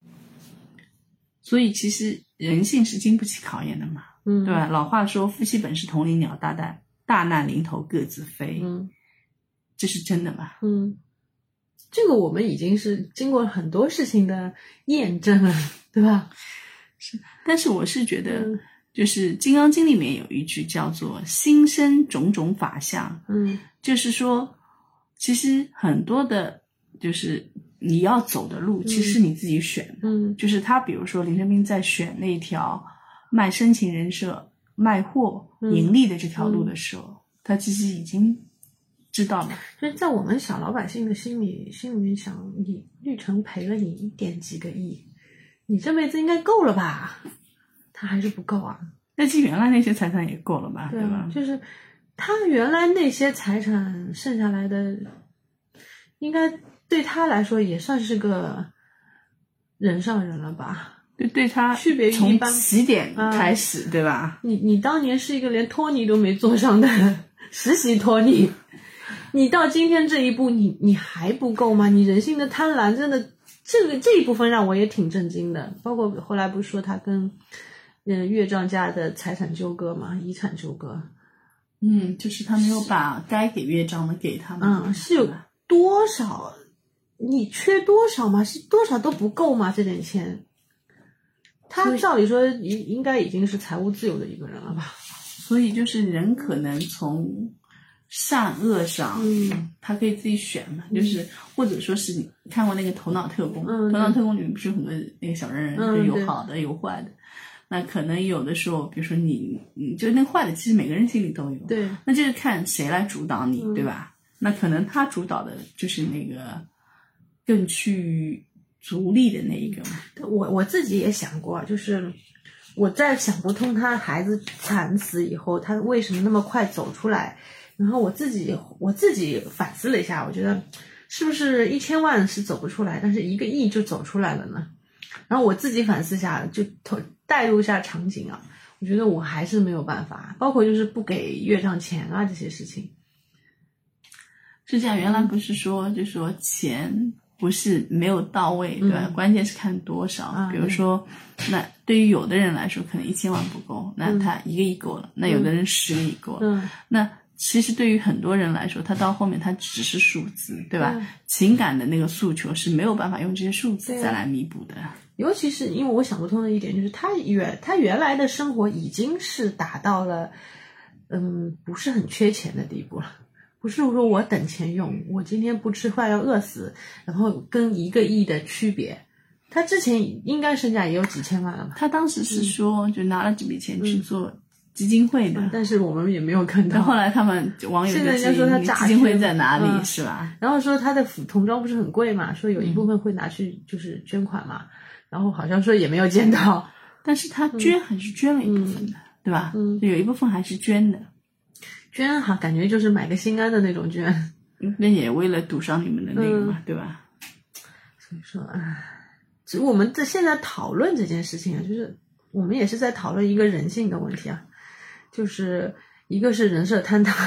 所以其实人性是经不起考验的嘛，嗯，对吧？老话说夫妻本是同林鸟，大难大难临头各自飞，嗯，这是真的嘛？ 嗯，这个我们已经是经过很多事情的验证了，对吧？ 是，但是我是觉得。嗯，就是《金刚经》里面有一句叫做心生种种法相，嗯，就是说其实很多的就是你要走的路其实是你自己选的，嗯，就是他比如说林生斌在选那条卖深情人设卖货盈利的这条路的时候，嗯，他其实已经知道了。 就是在我们小老百姓的心里心里面想，你绿城赔了你一点几个亿，你这辈子应该够了吧，他还是不够啊。 那其实原来那些财产也够了吧， 对, 对吧？就是他原来那些财产剩下来的，应该对他来说也算是个人上人了吧？ 对，对他区别于一般从起点开始，啊，对吧？ 你你当年是一个连托尼都没做上的实习托尼，你到今天这一步，你你还不够吗？你人性的贪婪真的，这个这一部分让我也挺震惊的。包括后来不是说他跟嗯岳丈家的财产纠葛嘛，遗产纠葛， 嗯，就是他没有把该给岳丈的给他们， 嗯，是有多少？你缺多少吗？是多少都不够吗？这点钱，他照理说应应该已经是财务自由的一个人了吧？ 所以就是人可能从善恶上，嗯，他可以自己选嘛，嗯，就是或者说是你看过那个《头脑特工》，嗯，头脑特工里面不是有很多那个小人人，嗯，就有好的有坏的。那可能有的时候，比如说你，你就那个坏的，其实每个人心里都有。 对， 那就是看谁来主导你，嗯，对吧？那可能他主导的就是那个更去逐利的那一个嘛。 我我自己也想过，就是我在想不通他孩子惨死以后，他为什么那么快走出来。然后我自己我自己反思了一下，我觉得是不是一千万是走不出来，但是一个亿就走出来了呢？然后我自己反思下，就带入一下场景啊，我觉得我还是没有办法，包括就是不给岳丈钱啊这些事情。 是这样，原来不是说就说钱不是没有到位，对吧？嗯，关键是看多少。啊，比如说，那对于有的人来说，可能一千万不够，那他一个亿够了；嗯，那有的人十个亿够了。嗯，那其实对于很多人来说，他到后面他只是数字，对吧？嗯，情感的那个诉求是没有办法用这些数字再来弥补的。 尤其是因为我想不通的一点就是，他原他原来的生活已经是达到了，嗯，不是很缺钱的地步了。不是说我等钱用，我今天不吃饭要饿死，然后跟一个亿的区别。他之前应该身价也有几千万了吧？ 他当时是说，嗯，就拿了这笔钱去做基金会的， 嗯，但是我们也没有看到。 后来他们网友就现在人家说他诈基金会在哪里， 嗯， 是吧？ 然后说他的童装不是很贵嘛，说有一部分会拿去就是捐款嘛，嗯，然后好像说也没有见到， 但是他捐还是捐了一部分的，嗯，对吧？嗯，有一部分还是捐的。 捐哈，感觉就是买个心安的那种捐， 那也为了赌上你们的那个嘛，嗯，对吧？ 所以说，唉，只是我们这现在讨论这件事情啊，就是我们也是在讨论一个人性的问题啊，就是一个是人设坍塌，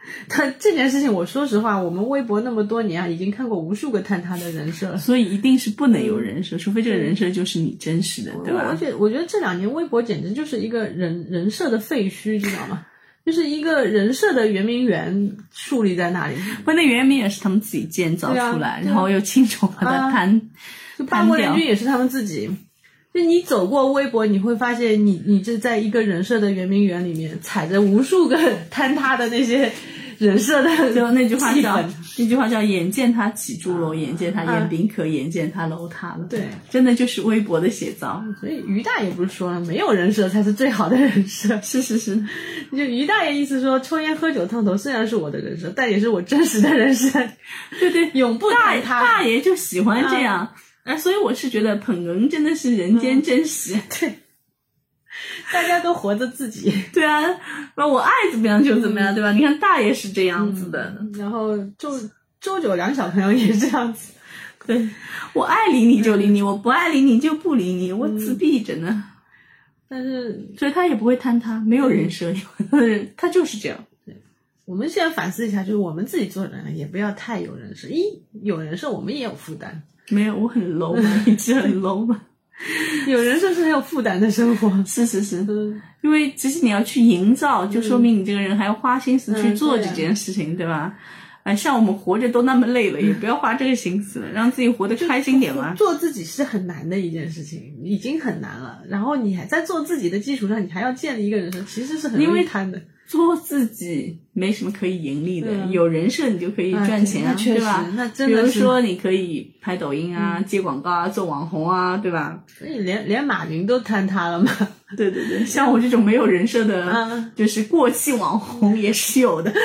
但这件事情我说实话，我们微博那么多年啊，已经看过无数个坍塌的人设， 所以一定是不能有人设，除非这个人设就是你真实的，对吧？ 而且我觉得这两年微博简直就是一个人人设的废墟，知道吗？就是一个人设的圆明园树立在那里。 不，那圆明园是他们自己建造出来， 啊、 然后又亲手把它摊、啊、 就八国联军也是他们自己。就你走过微博，你会发现你你这在一个人设的圆明园里面踩着无数个坍塌的那些人设的， 就那句话叫那句话叫眼见他起朱楼，眼见他宴宾客，眼见他楼塌了。 对， 真的就是微博的写照。 所以于大爷不是说了，没有人设才是最好的人设。 是是是， 就于大爷意思说，抽烟喝酒烫头虽然是我的人设，但也是我真实的人设。 对对， 永不坍塌。 大爷就喜欢这样。啊啊，所以我是觉得捧哏真的是人间真实， 嗯、对，大家都活着自己。 对啊，我爱怎么样就怎么样，嗯、对吧？你看大爷是这样子的， 嗯、然后周周九良小朋友也是这样子。 对，我爱理你就理你，嗯、我不爱理你就不理你，我自闭着呢。嗯、 但是， 所以他也不会坍塌，没有人设，嗯、他就是这样。 对，我们现在反思一下，就是我们自己做人也不要太有人设，一有人设我们也有负担。 没有，我很 low 嘛，一直很 low 嘛。 有人设是很有负担的生活， 是是是，嗯、因为其实你要去营造，就说明你这个人还要花心思去做这件事情，嗯、对吧？啊，像我们活着都那么累了，也不要花这个心思了，让自己活得开心点嘛。 做自己是很难的一件事情，已经很难了，然后你还在做自己的基础上，你还要建立一个人设，其实是很容易贪的。 做自己没什么可以盈利的，嗯、有人设你就可以赚钱啊， 啊对吧？ 那真的是， 比如说你可以拍抖音啊、嗯、接广告啊、做网红啊，对吧？ 所以连连马云都坍塌了嘛。 对对对，像我这种没有人设的， 嗯、 就是过气网红也是有的。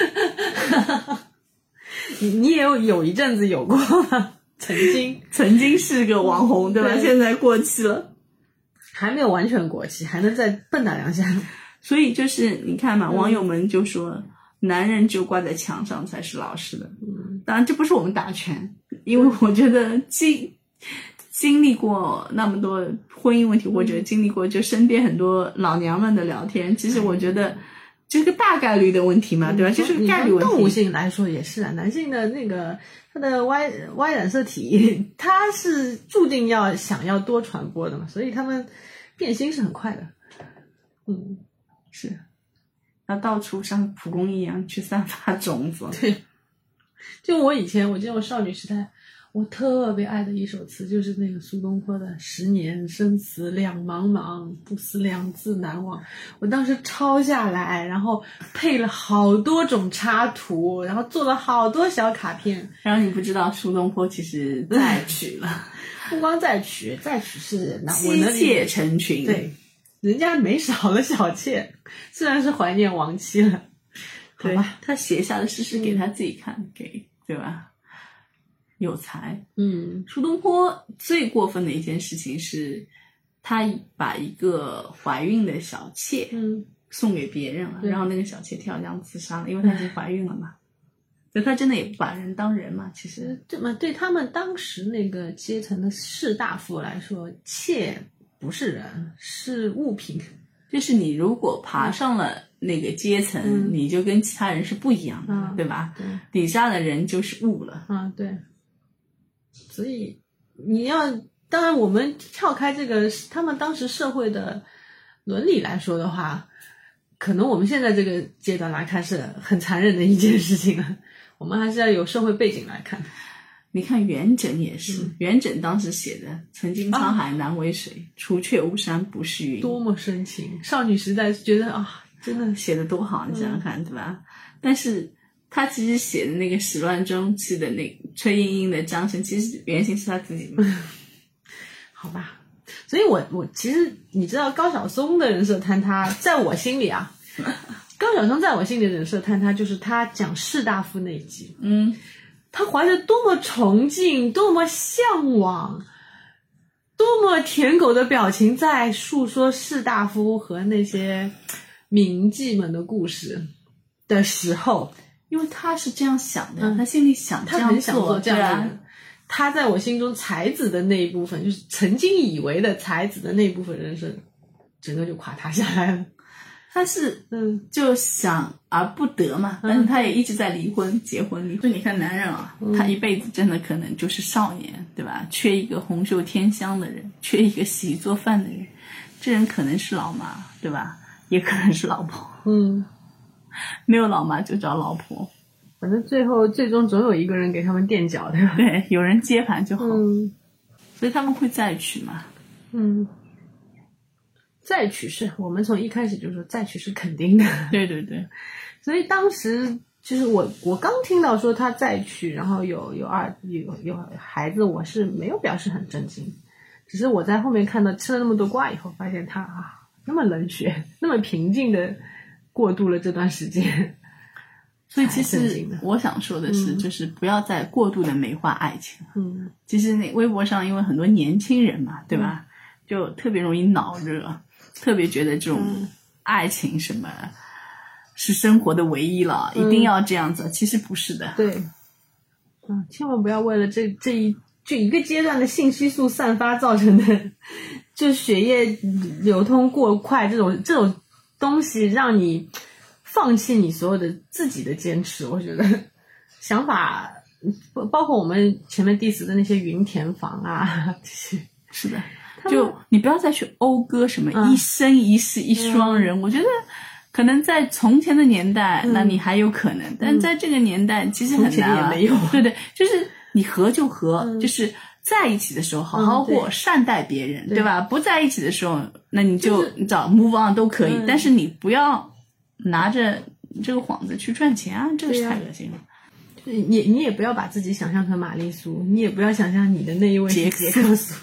你你也有有一阵子有过吗？曾经曾经是个网红，对吧？ 对， 现在过气了， 还没有完全过气，还能再蹦跶两下。 所以就是你看嘛，嗯、网友们就说男人就挂在墙上才是老实的。 嗯， 当然这不是我们打拳，因为我觉得经经历过那么多婚姻问题，或者经历过就身边很多老娘们的聊天，其实我觉得这个大概率的问题嘛， 嗯、 对吧？就是个概率问题。 动物性来说也是啊，男性的那个他的 Y Y 染色体，他是注定要想要多传播的嘛，所以他们变心是很快的。嗯。 是，要到处像蒲公英一样去散发种子。 对，就我以前，我记得我少女时代，我特别爱的一首词就是那个苏东坡的“十年生死两茫茫，不思量，自难忘”。我当时抄下来，然后配了好多种插图，然后做了好多小卡片。 然后你不知道苏东坡其实再娶了， 不光再娶，再娶是妻妾成群。 对。人家没少了小妾，虽然是怀念亡妻了，好吧， 他写下的诗是给他自己看，嗯、给对吧？有才， 嗯， 苏东坡最过分的一件事情是，他把一个怀孕的小妾， 嗯， 送给别人了，然后那个小妾跳江自杀了，因为她已经怀孕了嘛。所以他真的也不把人当人嘛，其实这么对他们当时那个阶层的士大夫来说，妾不是人，是物品。 就是你如果爬上了那个阶层，嗯、你就跟其他人是不一样的， 嗯、 对吧？ 对， 底下的人就是物了。 啊，对。所以你要，当然我们跳开这个他们当时社会的伦理来说的话，可能我们现在这个阶段来看是很残忍的一件事情了。我们还是要有社会背景来看。 你看元稹也是，嗯、元稹当时写的“曾经沧海难为水，啊、除却巫山不是云”， 多么深情！少女时代觉得啊，真的写的多好，你想想看，嗯、对吧？但是他其实写的那个始乱终弃的那个崔莺莺的张生，其实原型是他自己嘛。 好吧，所以我我其实你知道高晓松的人设坍塌，在我心里啊，高晓松在我心里的人设坍塌就是他讲士大夫那一集， 嗯。 他怀着多么崇敬，多么向往，多么舔狗的表情在述说士大夫和那些名妓们的故事的时候， 因为他是这样想的， 嗯、 他心里想这样做， 他很想做这样的人。他在我心中才子的那一部分，就是曾经以为的才子的那一部分人生，整个就垮塌下来了。 他是嗯就想而不得嘛，但是他也一直在离婚、结婚、离婚。你看男人啊，他一辈子真的可能就是少年，对吧？缺一个红袖添香的人，缺一个洗衣做饭的人，这人可能是老妈，对吧？也可能是老婆。 嗯， 没有老妈就找老婆， 反正最后最终总有一个人给他们垫脚，对吧？ 对，有人接盘就好。 嗯， 所以他们会再娶嘛？ 嗯，再娶是我们从一开始就说再娶是肯定的。 对对对， 所以当时就是我我刚听到说他再娶，然后有有二有有孩子，我是没有表示很震惊，只是我在后面看到吃了那么多瓜以后，发现他啊那么冷血，那么平静的过渡了这段时间。 所以其实我想说的是，就是不要再过度的美化爱情。 嗯， 其实那微博上因为很多年轻人嘛，对吧？嗯、就特别容易脑热，特别觉得这种爱情什么是生活的唯一了，嗯、一定要这样子。其实不是的。 对，嗯，千万不要为了这这一就一个阶段的信息素散发造成的，就血液流通过快这种这种东西，让你放弃你所有的自己的坚持。我觉得想法包括我们前面 diss 的那些云田房啊，这些是的，就你不要再去讴歌什么一生一世一双人、嗯、我觉得可能在从前的年代、嗯、那你还有可能、嗯、但在这个年代其实很难、啊、 也没有。 对对，就是你合就合、嗯、就是在一起的时候好好过、嗯、善待别人 对, 对吧？不在一起的时候那你就、就是、你找 move on 都可以、嗯、但是你不要拿着这个幌子去赚钱啊，这个是太恶心了。 就是你你也不要把自己想象成玛丽苏，你也不要想象你的那一位是杰克苏。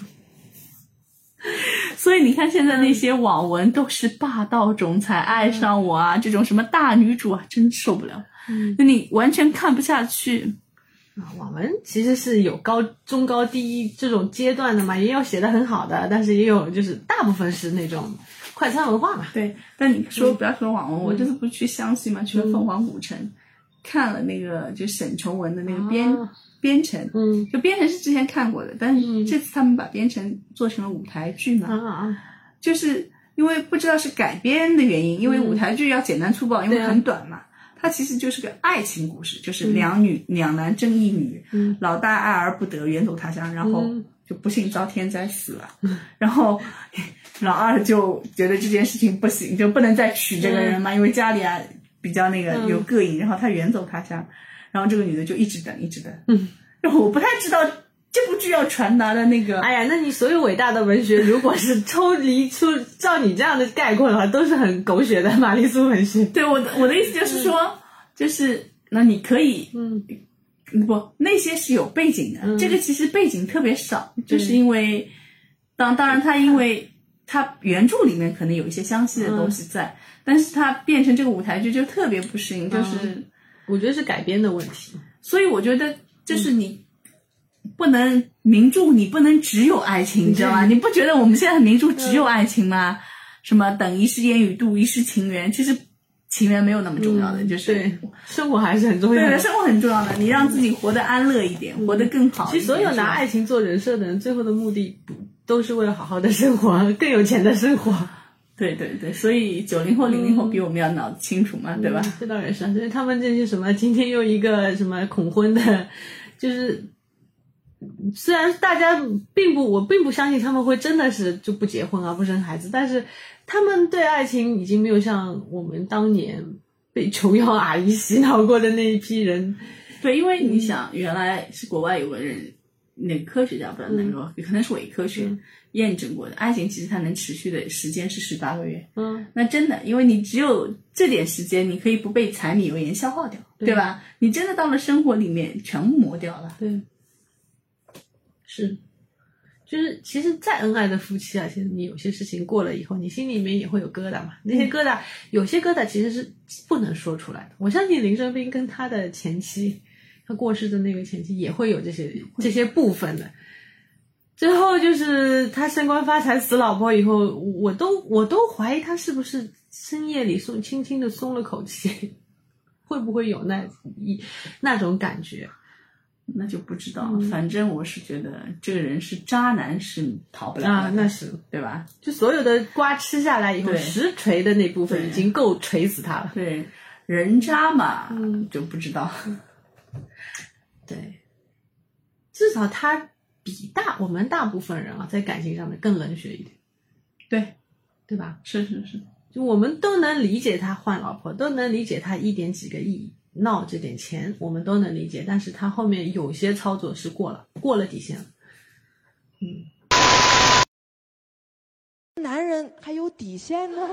所以你看现在那些网文都是霸道总裁爱上我啊、嗯、这种什么大女主啊，真受不了。嗯，那你完全看不下去。 啊，网文其实是有高中高低这种阶段的嘛，也有写得很好的，但是也有就是大部分是那种快餐文化嘛。 对，但你说、嗯、不要说网文，我这次不是去湘西嘛，去了凤凰古城、嗯、看了那个就沈从文的那个编、啊、编程，嗯，就编程是之前看过的，但是这次他们把编程做成了舞台剧嘛， 啊， 就是因为不知道是改编的原因，因为舞台剧要简单粗暴，因为很短嘛。它其实就是个爱情故事，就是两女、嗯、两男争一女、嗯，老大爱而不得，远走他乡，然后就不幸遭天灾死了、嗯、然后老二就觉得这件事情不行，就不能再娶这个人嘛、嗯、因为家里啊比较那个有膈应、嗯、然后他远走他乡，然后这个女的就一直等一直等，嗯，然后我不太知道这部剧要传达的那个， 哎呀，那你所有伟大的文学如果是抽离出照你这样的概括的话，都是很狗血的玛丽苏文学。 对，我的我的意思就是说、嗯、就是那你可以嗯不那些是有背景的、嗯、这个其实背景特别少，就是因为当当然它因为它原著里面可能有一些相似的东西在、嗯、但是它变成这个舞台剧就特别不适应，就是、嗯、 我觉得是改编的问题。 所以我觉得就是你、嗯不能名著你不能只有爱情，你知道吗？你不觉得我们现在名著只有爱情吗？嗯、什么等一世烟雨度一世情缘，其实情缘没有那么重要的、嗯、就是对生活还是很重要的。 对，生活很重要的，你让自己活得安乐一点、嗯、活得更好一点。 其实所有拿爱情做人设的人最后的目的都是为了好好的生活，更有钱的生活。 对对对，所以九零后零零后比我们要脑子清楚嘛、嗯、对吧？ 这倒也是，所以他们这些什么今天又一个什么恐婚的，就是虽然大家并不我并不相信他们会真的是就不结婚啊不生孩子，但是他们对爱情已经没有像我们当年被琼瑶阿姨洗脑过的那一批人。 对，因为你想、嗯、原来是国外有个人那个科学家不知道哪个、嗯、可能是伪科学、嗯、验证过的，爱情其实它能持续的时间是十八个月。嗯，那真的因为你只有这点时间你可以不被柴米油盐消耗掉， 对, 对吧？你真的到了生活里面全部磨掉了。 对，是，就是其实再恩爱的夫妻啊，其实你有些事情过了以后，你心里面也会有疙瘩嘛。那些疙瘩、嗯、有些疙瘩其实是不能说出来的。我相信林生斌跟他的前妻，他过世的那个前妻也会有这些这些部分的。最后就是他升官发财死老婆以后，我都我都怀疑他是不是深夜里松轻轻的松了口气，会不会有那一那种感觉。 那就不知道，嗯、反正我是觉得这个人是渣男是逃不了的啊，那是对吧？ 就所有的瓜吃下来以后，实锤的那部分已经够锤死他了。 对，人渣嘛，嗯、就不知道。 对，至少他比大我们大部分人啊，在感情上面更冷血一点。 对， 对吧？ 是是是， 就我们都能理解他换老婆，都能理解他一点几个亿闹这点钱，我们都能理解。但是他后面有些操作是过了，过了底线了。嗯， 男人还有底线呢。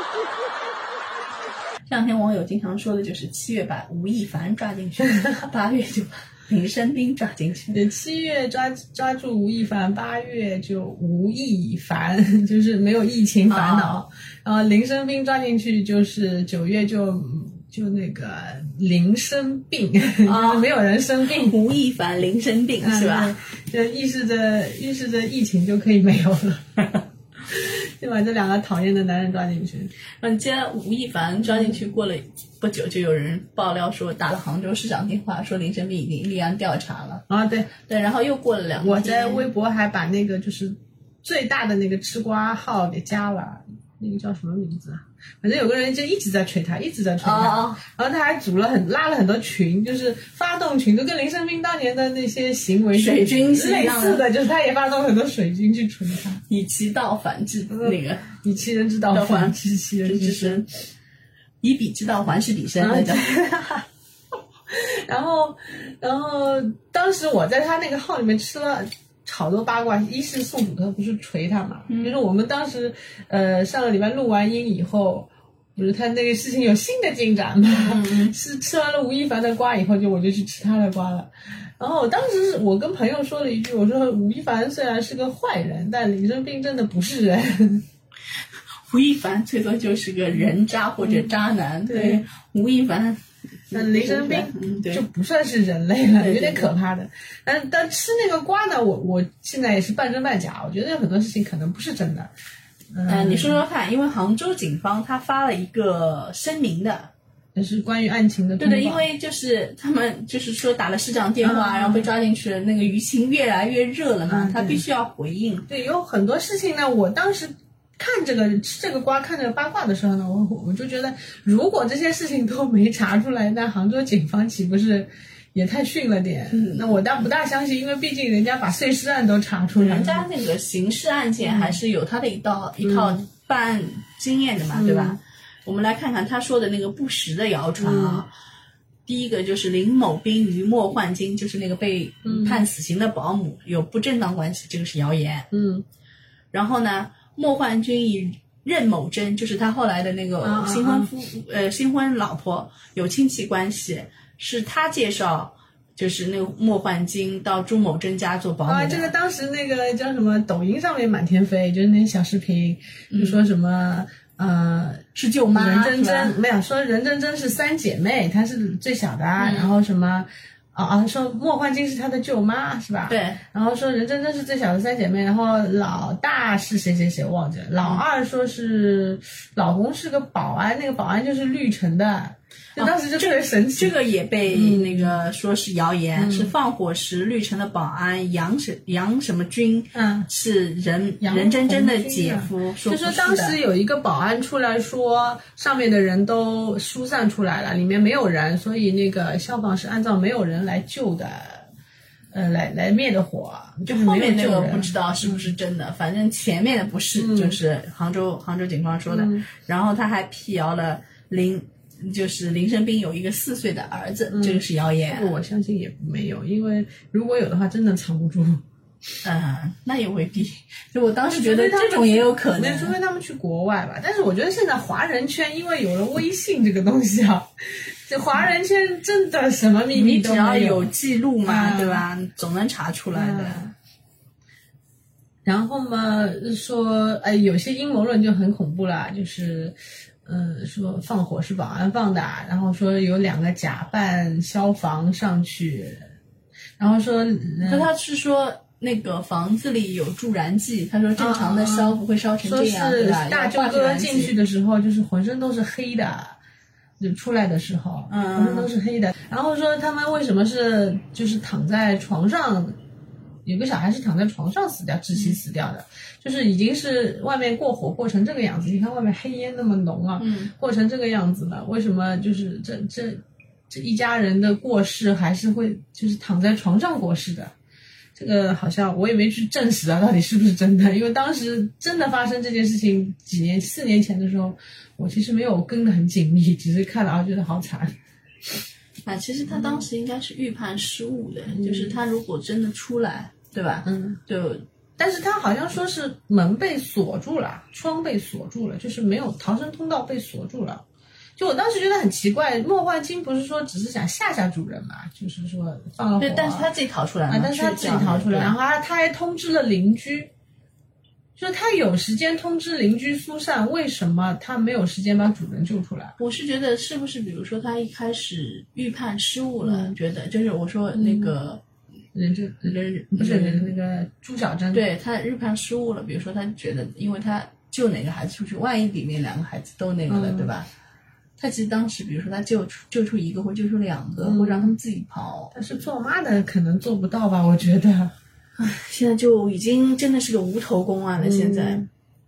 这两天网友经常说的就是七月把吴亦凡抓进去，八月就把林生斌抓进去。 对，七月抓抓住吴亦凡，八月就吴亦凡，就是没有疫情烦恼。哦、然后林生斌抓进去，就是九月就就那个林生病，啊、哦，没有人生病。 吴亦凡林生病、嗯、是吧？ 就预示着预示着疫情就可以没有了。就把这两个讨厌的男人抓进去。 嗯，接吴亦凡抓进去过了不久，就有人爆料说打了杭州市长电话，说林生斌已经立案调查了。 啊，对对，然后又过了两天， 我在微博还把那个就是最大的那个吃瓜号给加了，那个叫什么名字啊？反正有个人就一直在吹他，一直在吹他， 哦、 然后他还组了很拉了很多群，就是发动群，就跟林生斌当年的那些行为水军是类似的，就是他也发动很多水军去锤他， 以其道反之那个， 以其人之道还治其人之身， 以彼之道还施彼身那种。 然后，然后当时我在他那个号里面吃了好多八卦，一是宿主他不是锤他嘛、嗯，就是我们当时呃上个礼拜录完音以后，不是他那个事情有新的进展嘛、嗯、是吃完了吴亦凡的瓜以后，就我就去吃他的瓜了。然后我当时我跟朋友说了一句，我说吴亦凡虽然是个坏人，但林生斌真的不是人。 吴亦凡最多就是个人渣或者渣男，嗯、对, 对吴亦凡。 那林生斌就不算是人类了，有点可怕的。但但吃那个瓜呢，我我现在也是半真半假，我觉得有很多事情可能不是真的。 嗯、呃，你说说看，因为杭州警方他发了一个声明的， 就是关于案情的。 对的，因为就是他们就是说打了市长电话，嗯、然后被抓进去了，那个舆情越来越热了嘛，嗯、他必须要回应。 对，有很多事情呢，我当时。看这个吃这个瓜看这个八卦的时候呢，我我就觉得，如果这些事情都没查出来，那杭州警方岂不是也太逊了点？嗯，那我倒不大相信，因为毕竟人家把碎尸案都查出来了， 人家那个刑事案件还是有他的一道、嗯、一套办案经验的嘛，嗯、对吧？我们来看看他说的那个不实的谣传啊。嗯、第一个就是林某斌与莫焕晶，就是那个被判死刑的保姆、嗯、有不正当关系，这个是谣言。 嗯， 然后呢？莫焕晶与任某珍，就是他后来的那个新婚夫、啊啊啊呃新婚老婆有亲戚关系，是他介绍，就是那个莫焕晶到朱某珍家做保姆。 啊，这个当时那个叫什么，抖音上面满天飞，就是那些小视频，就说什么、嗯、呃是舅妈， 任真真没有说任真真是三姐妹，她是最小的，嗯、然后什么。啊啊！说莫焕晶是她的舅妈是吧？ 对。 然后说任真真是最小的三姐妹，然后老大是谁谁谁忘记了，老二说是老公是个保安，那个保安就是绿城的，就当时就特别神奇。 这个也被那个说是谣言，嗯、是放火时绿城的保安杨什杨什么军， 嗯， 是任任真真的姐夫，说就说当时有一个保安出来说，上面的人都疏散出来了，里面没有人，所以那个消防是按照没有人来救的，呃，来来灭的火，就是后面那个不知道是不是真的，嗯、反正前面的不是，嗯、就是杭州杭州警方说的，嗯、然后他还辟谣了林。就是林生斌有一个四岁的儿子，嗯、这个是谣言。 我相信也没有，因为如果有的话，真的藏不住。 嗯，那也未必。就我当时觉得这种也有可能， 除非他们去国外吧。但是我觉得现在华人圈因为有了微信这个东西啊，这华人圈真的什么秘密都没有。 你只要有记录嘛，嗯、对吧？总能查出来的。 嗯、然后嘛，说哎，有些阴谋论就很恐怖啦，就是。嗯，说放火是保安放的，然后说有两个假扮消防上去，然后说， 那、嗯、他是说那个房子里有助燃剂，他说正常的烧不会烧成这样， 啊、 对吧？ 说是大舅哥进去的时候就是浑身都是黑的， 就出来的时候， 嗯浑身都是黑的。然后说他们为什么是就是躺在床上，有个小孩是躺在床上死掉，窒息死掉的，就是已经是外面过火过成这个样子。你看外面黑烟那么浓啊， 嗯， 过成这个样子了，为什么就是这这这一家人的过世还是会就是躺在床上过世的？这个好像我也没去证实啊，到底是不是真的？因为当时真的发生这件事情几年四年前的时候，我其实没有跟得很紧密，只是看了啊觉得好惨。 啊，其实他当时应该是预判失误的，嗯、就是他如果真的出来，对吧？ 嗯， 就， 但是他好像说是门被锁住了，窗被锁住了，就是没有逃生通道被锁住了。就我当时觉得很奇怪，莫焕晶不是说只是想吓吓主人嘛，就是说放了火、啊， 对，但是他自己逃出来了、 啊，但是他自己逃出来，然后他他还通知了邻居，就是他有时间通知邻居疏散，为什么他没有时间把主人救出来？ 我是觉得是不是比如说他一开始预判失误了，嗯、觉得就是我说那个。 人这人不是人那个朱小珍， 对他预判失误了，比如说他觉得，因为他救哪个孩子出去，万一里面两个孩子都那个了，嗯、对吧？他其实当时，比如说他救出救出一个或救出两个，嗯、或让他们自己跑， 但是做妈的可能做不到吧？我觉得， 唉，现在就已经真的是个无头公案了。嗯、现在，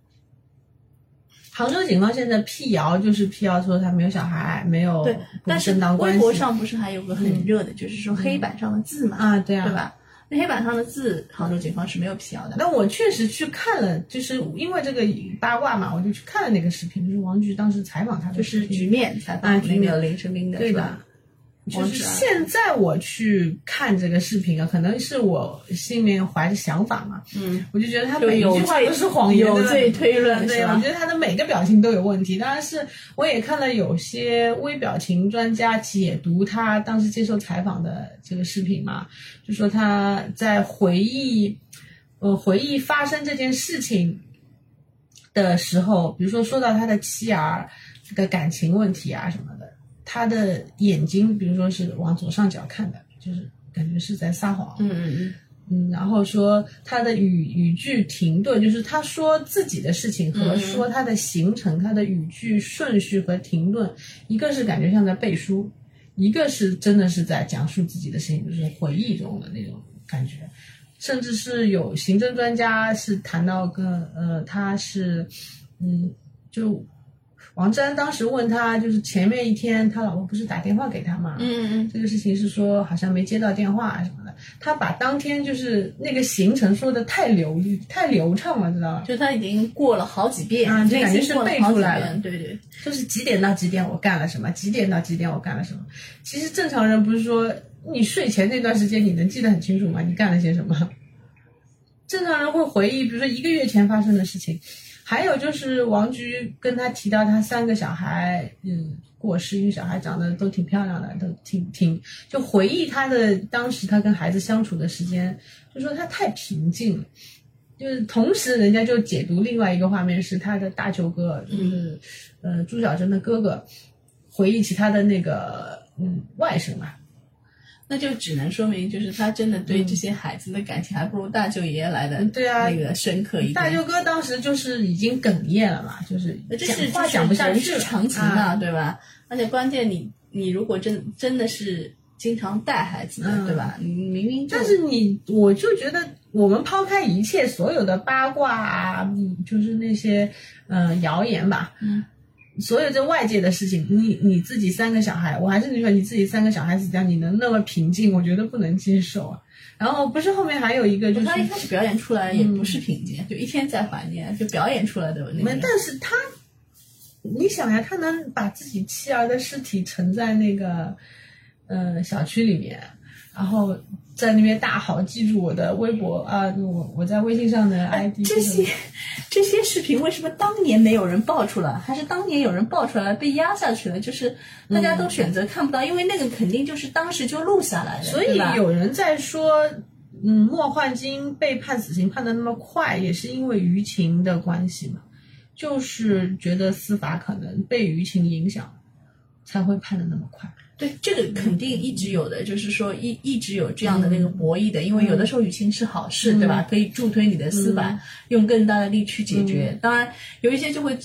杭州警方现在辟谣，就是辟谣说他没有小孩，没有对，但是微博上不是还有个很热的，嗯、就是说黑板上的字嘛， 啊，对啊， 对吧？那黑板上的字，杭州警方是没有辟谣的。 那我确实去看了，就是因为这个八卦嘛，我就去看了那个视频，就是王菊当时采访他的就是局面采访那个林生斌的， 对吧？就是现在我去看这个视频啊，可能是我心里面怀着想法嘛， 嗯， 我就觉得他每一句话都是谎言， 有罪推论， 对，我觉得他的每个表情都有问题。当然是我也看了有些微表情专家解读他当时接受采访的这个视频嘛，就说他在回忆，呃，回忆发生这件事情的时候，比如说说到他的妻儿这个感情问题啊什么的。他的眼睛，比如说是往左上角看的，就是感觉是在撒谎。 嗯嗯嗯嗯，然后说他的语语句停顿，就是他说自己的事情和说他的行程，嗯、他的语句顺序和停顿，一个是感觉像在背书，一个是真的是在讲述自己的事情，就是回忆中的那种感觉。甚至是有行政专家是谈到跟呃，他是嗯就。王志安当时问他，就是前面一天他老婆不是打电话给他嘛， 嗯嗯， 这个事情是说好像没接到电话什么的，他把当天就是那个行程说的太流利太流畅了，知道吗？ 就他已经过了好几遍， 啊，就感觉是背出来了， 对对， 就是几点到几点我干了什么，几点到几点我干了什么。其实正常人不是说你睡前那段时间你能记得很清楚吗？你干了些什么？正常人会回忆，比如说一个月前发生的事情。还有就是王菊跟他提到他三个小孩，嗯，过世，因为小孩长得都挺漂亮的，都挺挺，就回忆他的当时他跟孩子相处的时间，就说他太平静了。就是同时人家就解读另外一个画面是他的大舅哥，就是呃朱小珍的哥哥，回忆起他的那个嗯外甥嘛。 那就只能说明，就是他真的对这些孩子的感情还不如大舅爷来的对啊那个深刻一点。 大舅哥当时就是已经哽咽了嘛，就是讲话讲不下去， 这是常情啊，对吧？而且关键你你如果真真的是经常带孩子的，嗯、对吧？你明明就但是你我就觉得我们抛开一切所有的八卦啊，就是那些呃谣言吧， 嗯。 所有这外界的事情，你你自己三个小孩，我还是那句话，你自己三个小孩死掉，你能那么平静？我觉得不能接受啊。然后不是后面还有一个就是他一开始表演出来也不是平静，嗯、就一天在怀念，就表演出来的那个。 但是他，你想呀，他能把自己妻儿的尸体沉在那个呃小区里面，然后在那边大吼，记住我的微博啊，我我在微信上的 I D、啊、 这些这些视频为什么当年没有人爆出来，还是当年有人爆出来被压下去了？就是大家都选择看不到，嗯、因为那个肯定就是当时就录下来的。 所以有人在说，嗯，莫焕晶被判死刑判得那么快，也是因为舆情的关系嘛，就是觉得司法可能被舆情影响，才会判得那么快。 对，这个肯定一直有的，就是说一一直有这样的那个博弈的，因为有的时候舆情是好事，嗯、对吧？可以助推你的司法，嗯、用更大的力去解决。嗯、当然，有一些就会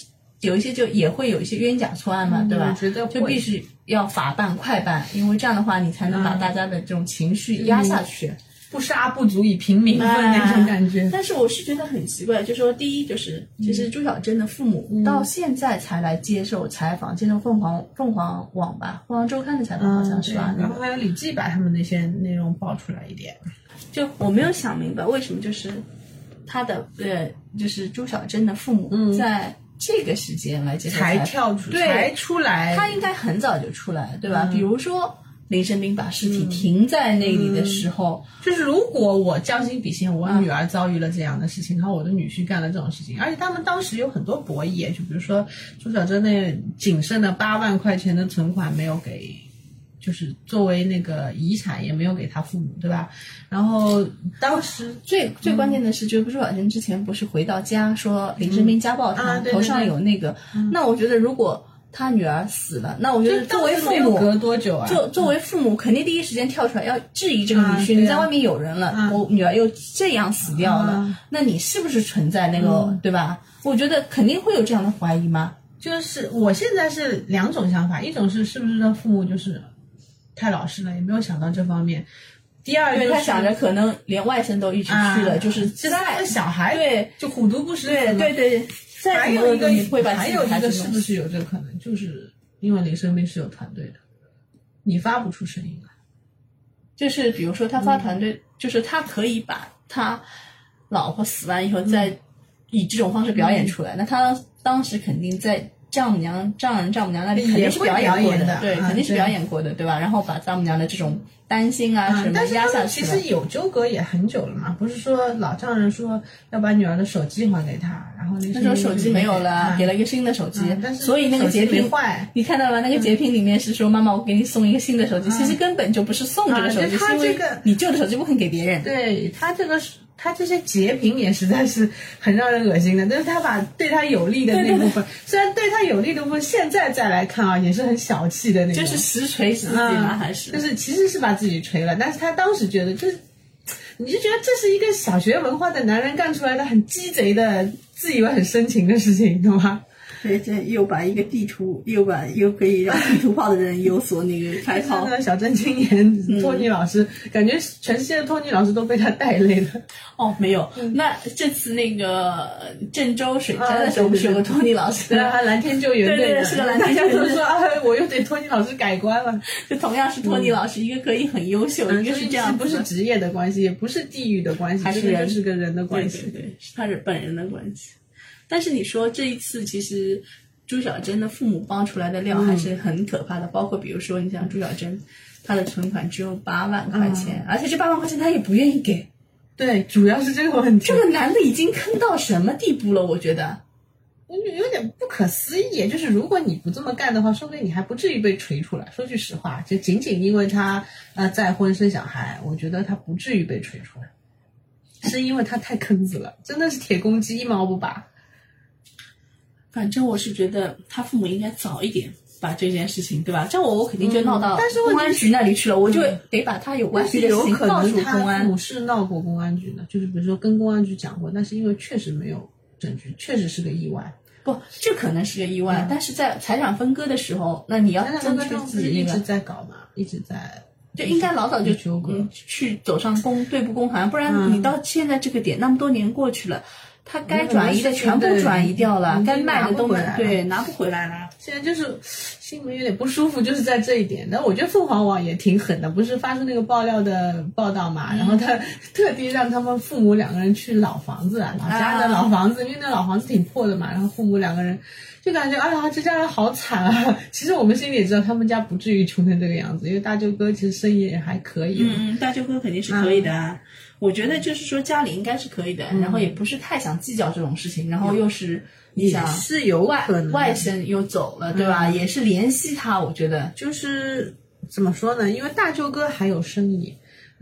有一些就也会有一些冤假错案嘛， 嗯对吧？ 我觉得会就必须要法办快办，因为这样的话你才能把大家的这种情绪压下去。 不杀不足以平民愤那种感觉。 但是我是觉得很奇怪，就说第一就是，其实朱晓珍的父母到现在才来接受采访，接受凤凰凤凰网吧、凤凰周刊的采访，好像是吧？ 嗯、然后还有李记把他们那些内容爆出来一点。 就我没有想明白为什么就是他的呃，就是朱晓珍的父母在这个时间来接受采访， 才跳出对才出来， 他应该很早就出来，对吧？嗯、比如说。林生斌把尸体停在那里的时候、 嗯，就是如果我将心比心，我女儿遭遇了这样的事情，然后我的女婿干了这种事情，而且他们当时有很多博弈，就比如说朱晓珍那仅剩的八万块钱的存款没有给，就是作为那个遗产也没有给他父母，对吧？然后当时最最关键的是，就是朱晓珍之前不是回到家说林生斌家暴他， 嗯啊、对对对头上有那个，嗯、那我觉得如果。他女儿死了，那我觉得作为父母， 隔多久啊？ 作作为父母，肯定第一时间跳出来要质疑这个女婿。 啊、 你在外面有人了， 啊、 我女儿又这样死掉了， 啊、 那你是不是存在那个、嗯、对吧？我觉得肯定会有这样的怀疑吗？ 就是我现在是两种想法，一种是是不是他父母就是太老实了，也没有想到这方面。第二、就是， 他想着可能连外甥都一起去了， 啊、 就是这三个小孩， 对， 就虎毒不食子。 对对对。 还有一个， 你会把还有一个是不是有这个可能，就是因为林生斌是有团队的，你发不出声音来。 就是比如说他发团队，嗯、就是他可以把他老婆死完以后再以这种方式表演出来，嗯、那他当时肯定在丈母娘、丈人、丈母娘那里肯定是表演过的，对， 啊、 肯定是表演过的，对吧？然后把丈母娘的这种担心啊、嗯、什么压下去了。 其实有纠葛也很久了嘛，不是说老丈人说要把女儿的手机还给他，然后那时候手机没有了， 啊、 给了一个新的手机， 啊、 所以那个截屏坏， 你看到了吗？那个截屏里面是说、嗯、妈妈，我给你送一个新的手机， 啊、 其实根本就不是送这个手机， 啊、 是因为你旧的手机不肯给别人。 对他这个。他这些截屏也实在是很让人恶心的，但是他把对他有利的那部分， 对对对虽然对他有利的部分现在再来看啊，也是很小气的那种， 就是实锤自己吗？ 嗯、 还是就是其实是把自己锤了，但是他当时觉得就是，你就觉得这是一个小学文化的男人干出来的很鸡贼的、自以为很深情的事情，懂吗？ 对，这又把一个地图，又把又可以让地图炮的人有所那个开炮。 小镇青年托尼老师、嗯，感觉全世界的托尼老师都被他带累了。 哦，没有，嗯、那这次那个郑州水灾的时候，不是有个托尼老师？ 对啊，蓝天救援队的， 对对，是个蓝天救援队。 大家都说啊，我又对托尼老师改观了。 就同样是托尼老师，嗯、一个可以很优秀， 嗯、 一个是这样， 不是职业的关系，也不是地域的关系， 还是人， 就是个人的关系。 对对对，是他是本人的关系。但是你说这一次，其实朱晓珍的父母爆出来的料还是很可怕的，嗯、包括比如说，你像朱晓珍，她的存款只有八万块钱，嗯、而且这八万块钱她也不愿意给。 对，主要是这个问题。 这个男的已经坑到什么地步了？我觉得有点不可思议。就是如果你不这么干的话，说不定你还不至于被锤出来。说句实话，就仅仅因为他呃再婚生小孩，我觉得他不至于被锤出来，是因为他太坑子了，真的是铁公鸡，一毛不拔。 反正我是觉得他父母应该早一点把这件事情，对吧？这样我我肯定就闹到公安局那里去了，嗯、我就得把他有关系的事情告诉公安。 他父母是闹过公安局的，就是比如说跟公安局讲过，但是因为确实没有证据，确实是个意外。 不，这可能是个意外，嗯、但是在财产分割的时候，那你要争取自己、那个、 一直在搞嘛，一直在。 就应该老早就嗯去走上公对簿公堂，不然你到现在这个点，嗯、那么多年过去了。他该转移的全部转移掉了，该卖的都卖，对，拿不回来了。 现在就是心里面有点不舒服，就是在这一点。但我觉得凤凰网也挺狠的，不是发生那个爆料的报道嘛？嗯、然后他特地让他们父母两个人去老房子啊，老家的老房子，啊、因为那老房子挺破的嘛。然后父母两个人就感觉，哎呀，这家人好惨啊！其实我们心里也知道，他们家不至于穷成这个样子，因为大舅哥其实生意也还可以。 嗯，大舅哥肯定是可以的啊。嗯我觉得就是说家里应该是可以的，嗯、然后也不是太想计较这种事情，然后又是你想是有外外甥又走了，对吧？嗯、也是怜惜他，我觉得就是怎么说呢？因为大舅哥还有生意，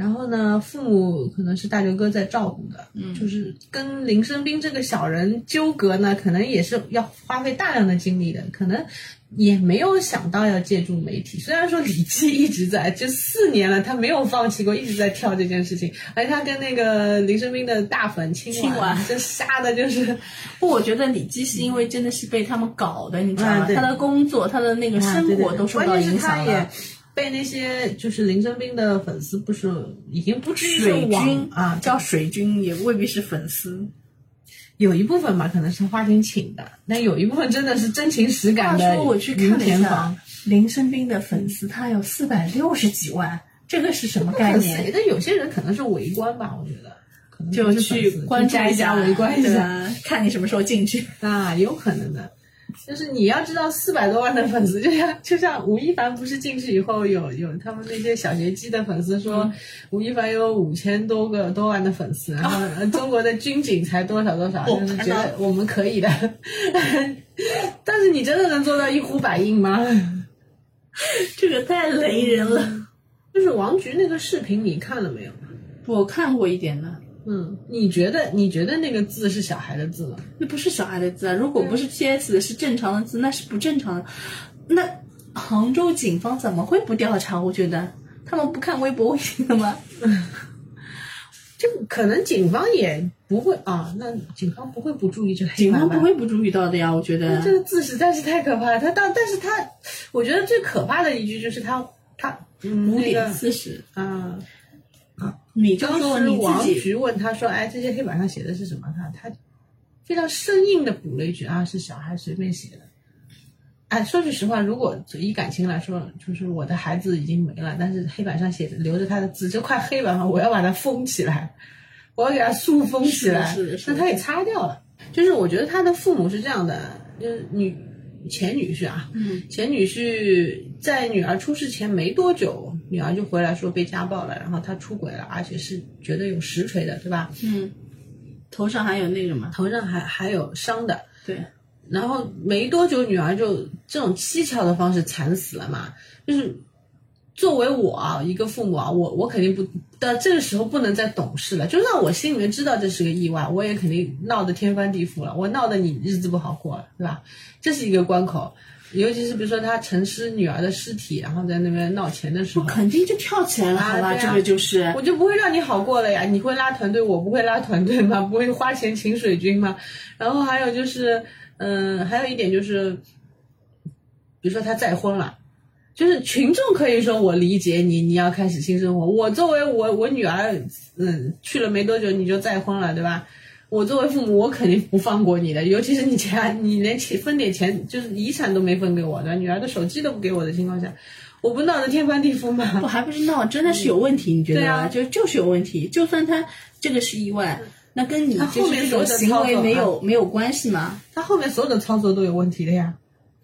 然后呢，父母可能是大舅哥在照顾的， 嗯， 就是跟林生斌这个小人纠葛呢，可能也是要花费大量的精力的，可能也没有想到要借助媒体。虽然说李记一直在，就四年了，他没有放弃过，一直在跳这件事情，而且他跟那个林生斌的大粉亲亲完， 这杀的就是。 不，我觉得李记是因为真的是被他们搞的，你知道吗？ 啊、 他的工作，他的那个生活都受到影响了。 被那些就是林生斌的粉丝不是已经不至于水军啊， 叫水军也未必是粉丝， 有一部分吧可能是花钱请的，但有一部分真的是真情实感的。 话说我去看了一下林生斌的粉丝，他有四百六十几万，这个是什么概念？ 但有些人可能是围观吧，我觉得可能就去关注一下，围观一下，看你什么时候进去啊，有可能的。就是你要知道，四百多万的粉丝，就像就像吴亦凡不是进去以后有有他们那些小学鸡的粉丝说，嗯、吴亦凡有五千多个多万的粉丝，然后中国的军警才多少多少， 哦、 就是觉得我们可以的。但是你真的能做到一呼百应吗？ 这个太雷人了。 就是王菊那个视频，你看了没有？ 我看过一点的。 嗯，你觉得你觉得那个字是小孩的字吗？ 那不是小孩的字啊！如果不是 P S 的是正常的字，那是不正常的。那杭州警方怎么会不调查？我觉得他们不看微博微信的吗？ 就可能警方也不会啊，那警方不会不注意这个黑板吧？ 警方不会不注意到的呀，我觉得。 这个字实在是太可怕了，他当但是他，我觉得最可怕的一句就是他他五点四十啊。 你就说你自己， 王菊问他说：“哎，这些黑板上写的是什么？”他他非常生硬的补了一句：“啊，是小孩随便写的。”哎，说句实话，如果以感情来说，就是我的孩子已经没了，但是黑板上写着留着他的字，这块黑板上我要把它封起来，我要给他塑封起来， 是的，是的， 那他也擦掉了。就是我觉得他的父母是这样的，就是女前女婿啊， 嗯， 前女婿在女儿出事前没多久，女儿就回来说被家暴了，然后他出轨了，而且是觉得有实锤的，对吧？ 嗯，头上还有那个嘛， 头上还还有伤的， 对。 然后没多久，女儿就这种蹊跷的方式惨死了嘛。就是作为我啊，一个父母啊，我我肯定不到这个时候不能再懂事了。就算我心里面知道这是个意外，我也肯定闹得天翻地覆了，我闹得你日子不好过了，对吧？这是一个关口。尤其是比如说他沉尸女儿的尸体，然后在那边闹钱的时候， 我肯定就跳起来了，好吧、啊啊、这个就是我就不会让你好过了呀。你会拉团队，我不会拉团队吗？不会花钱请水军吗？然后还有就是嗯、呃，还有一点就是，比如说他再婚了，就是群众可以说我理解你，你要开始新生活。我作为我我女儿，嗯，去了没多久你就再婚了，对吧？我作为父母，我肯定不放过你的，尤其是你钱，你连钱分点钱，就是遗产都没分给我的，女儿的手机都不给我的情况下，我不闹得天翻地覆吗？ 我还不是闹，真的是有问题，你觉得？ 对啊， 就就是有问题。就算他这个是意外，那跟你就是这种行为没有没有关系吗？ 他后面所有的操作都有问题的呀。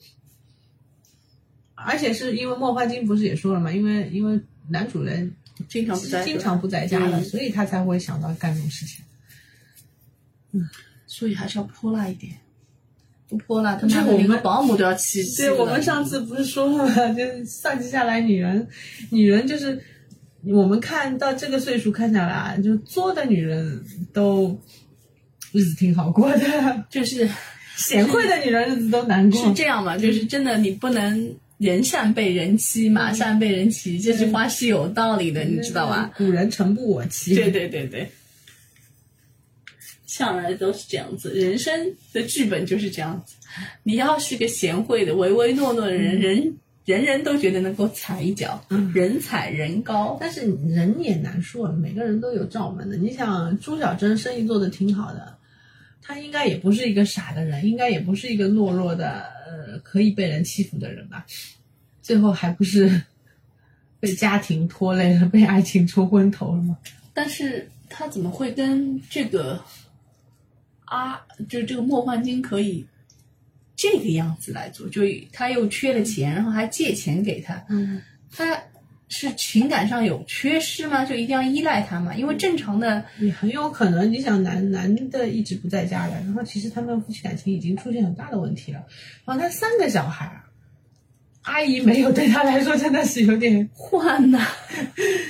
而且是因为莫焕晶不是也说了嘛，因为因为男主人经常不在经常不在家了、 嗯， 所以他才会想到干这种事情。 嗯，所以还是要泼辣一点，不泼辣，他妈的连个保姆都要气死。 对，我们上次不是说了吗？就是算计下来，女人，女人就是我们看到这个岁数看下来，就作的女人都日子挺好过的， 就是贤惠的女人日子都难过。 是这样嘛？就是真的，你不能人善被人欺，马善被人骑，这句话是有道理的，你知道吧？ 古人诚不我欺。 对对对对。向来都是这样子，人生的剧本就是这样子。你要是个贤惠的、唯唯诺诺的人，嗯、人人人都觉得能够踩一脚，嗯、人踩人高。 但是人也难说，每个人都有罩门的。你想，朱小贞生意做得挺好的，她应该也不是一个傻的人，应该也不是一个懦弱的、呃，可以被人欺负的人吧？最后还不是被家庭拖累了，被爱情冲昏头了吗？ 但是她怎么会跟这个？啊，就这个莫焕晶可以这个样子来做，就他又缺了钱，然后还借钱给他， 嗯， 他是情感上有缺失吗？就一定要依赖他吗？因为正常的也很有可能，你想男男的一直不在家了，然后其实他们夫妻感情已经出现很大的问题了，然后他三个小孩，阿姨没有对他来说真的是有点换呐。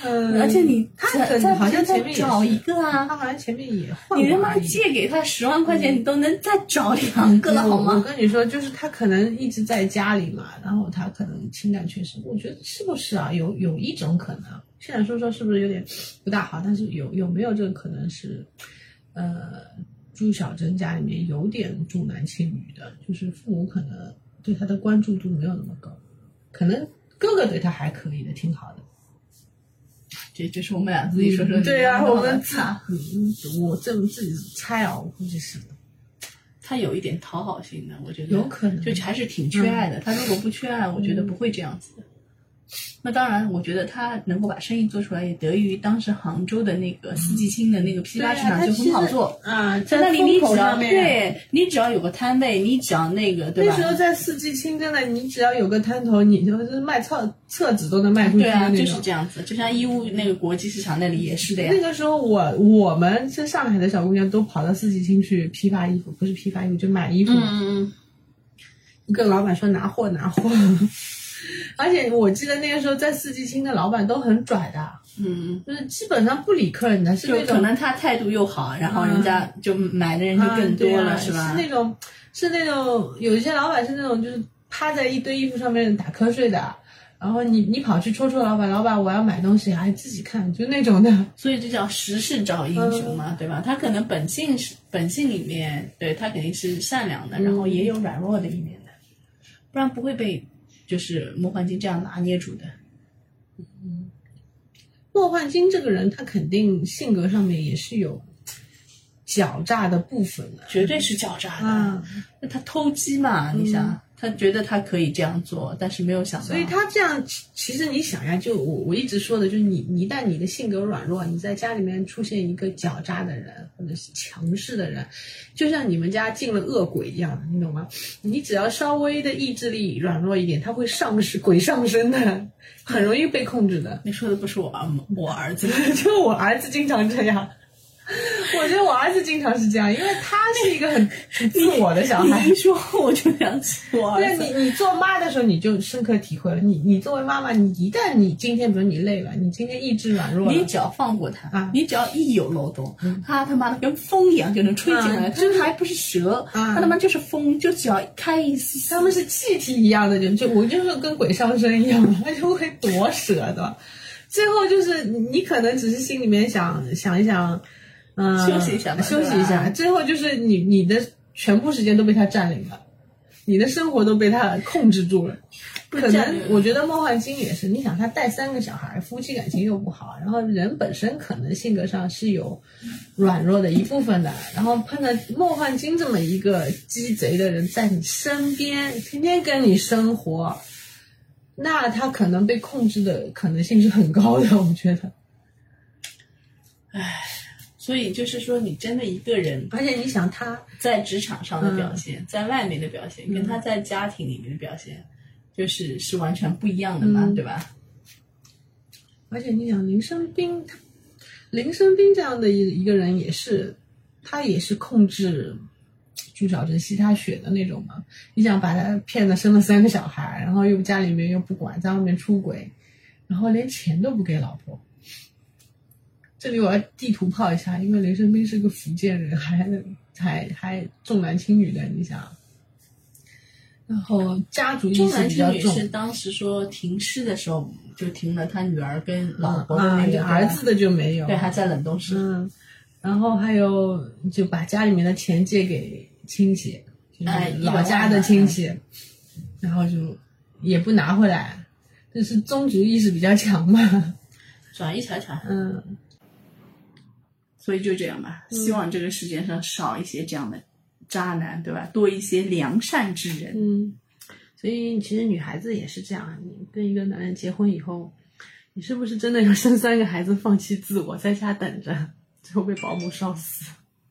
嗯， 而且你他可再能好像再前面也找是一个啊， 他好像前面也换你他妈过而已。 借给他十万块钱，你都能再找两个了好我我吗？ 跟你说，就是他可能一直在家里嘛，然后他可能情感缺失，我觉得是不是啊？有有一种可能，现在说说是不是有点不大好？但是有有没有这个可能是，呃，朱小贞家里面有点重男轻女的，就是父母可能对他的关注度没有那么高，可能哥哥对他还可以的，挺好的。 这就是我们俩自己说说。 对呀、啊，我们擦， 嗯，我这么自己猜啊，我估计是的。 他有一点讨好型的，我觉得有可能， 就还是挺缺爱的。嗯、他如果不缺爱，我觉得不会这样子的。那当然，我觉得他能够把生意做出来，也得益于当时杭州的那个四季青的那个批发市场就很好做啊， 在那里你只要对你只要有个摊位，你只要那个对吧？ 那时候在四季青真的，你只要有个摊头，你就是卖册册子都能卖出去。 对啊，就是这样子。就像义乌那个国际市场那里也是的呀。 那个时候我我们是上海的小姑娘，都跑到四季青去批发衣服，不是批发衣服就买衣服。 嗯嗯。 跟老板说拿货拿货。而且我记得那个时候在四季青的老板都很拽的， 嗯， 就是基本上不理客人的，是那种就可能他态度又好，然后人家就买的人就更多了， 啊、 是吧？ 是那种是那种有一些老板是那种就是趴在一堆衣服上面打瞌睡的，然后你你跑去戳戳老板，老板我要买东西，还自己看，就那种的。 所以这叫时势找英雄嘛，嗯、对吧？他可能本性是本性里面，对他肯定是善良的，然后也有软弱的一面的，不然不会被。就是莫焕晶这样拿捏住的。 嗯，莫焕晶这个人，他肯定性格上面也是有狡诈的部分的， 绝对是狡诈的。 嗯， 那他偷鸡嘛？你想，嗯、他觉得他可以这样做，但是没有想到。 所以他这样，其实你想呀，就我我一直说的，就是你你一旦你的性格软弱，你在家里面出现一个狡诈的人或者是强势的人，就像你们家进了恶鬼一样，你懂吗？你只要稍微的意志力软弱一点，他会上身鬼上身的，很容易被控制的。 你说的不是我儿我儿子， 就我儿子经常这样。我觉得我儿子经常是这样，因为他是一个很自我的小孩。 你一说我就想起我儿子。 对，你你做妈的时候你就深刻体会了。你你作为妈妈，你一旦你今天比如你累了，你今天意志软弱了， 你只要放过他， 啊、 你只要一有漏洞，嗯、他他妈的跟风一样就能吹进来。 啊、 这还不是蛇， 啊、 他他妈就是风，就只要开一丝丝， 他们是气体一样的，就就我就是跟鬼上身一样，他就会夺舍的。最后就是你可能只是心里面想想一想。嗯， 休息一下吧， 休息一下。最后就是你你的全部时间都被他占领了，你的生活都被他控制住了。可能我觉得莫焕晶也是，你想他带三个小孩，夫妻感情又不好，然后人本身可能性格上是有软弱的一部分的，然后碰到莫焕晶这么一个鸡贼的人在你身边，天天跟你生活，那他可能被控制的可能性是很高的，我觉得。 唉。所以就是说，你真的一个人， 而且你想他在职场上的表现， 嗯、 在外面的表现，跟他在家庭里面的表现，就是是完全不一样的嘛， 嗯、 对吧？ 而且你想林生斌，林生斌这样的一一个人也是，他也是控制朱小贞吸他血的那种嘛。你想把他骗得生了三个小孩，然后又家里面又不管，在外面出轨，然后连钱都不给老婆。这里我要地图炮一下，因为林生斌是个福建人，还还还重男轻女的，你想。然后家族意识比较重。 重男轻女是当时说停尸的时候就停了他女儿跟老婆的那个、 嗯啊、儿子的就没有， 对，还在冷冻室。 嗯，然后还有就把家里面的钱借给亲戚，就是老家的亲戚，哎、然后就也不拿回来，就是宗族意识比较强嘛。 转移财产。 嗯。 所以就这样吧，希望这个世界上少一些这样的渣男，对吧？多一些良善之人。 嗯，所以其实女孩子也是这样，你跟一个男人结婚以后，你是不是真的要生三个孩子，放弃自我，在家等着，最后被保姆烧死？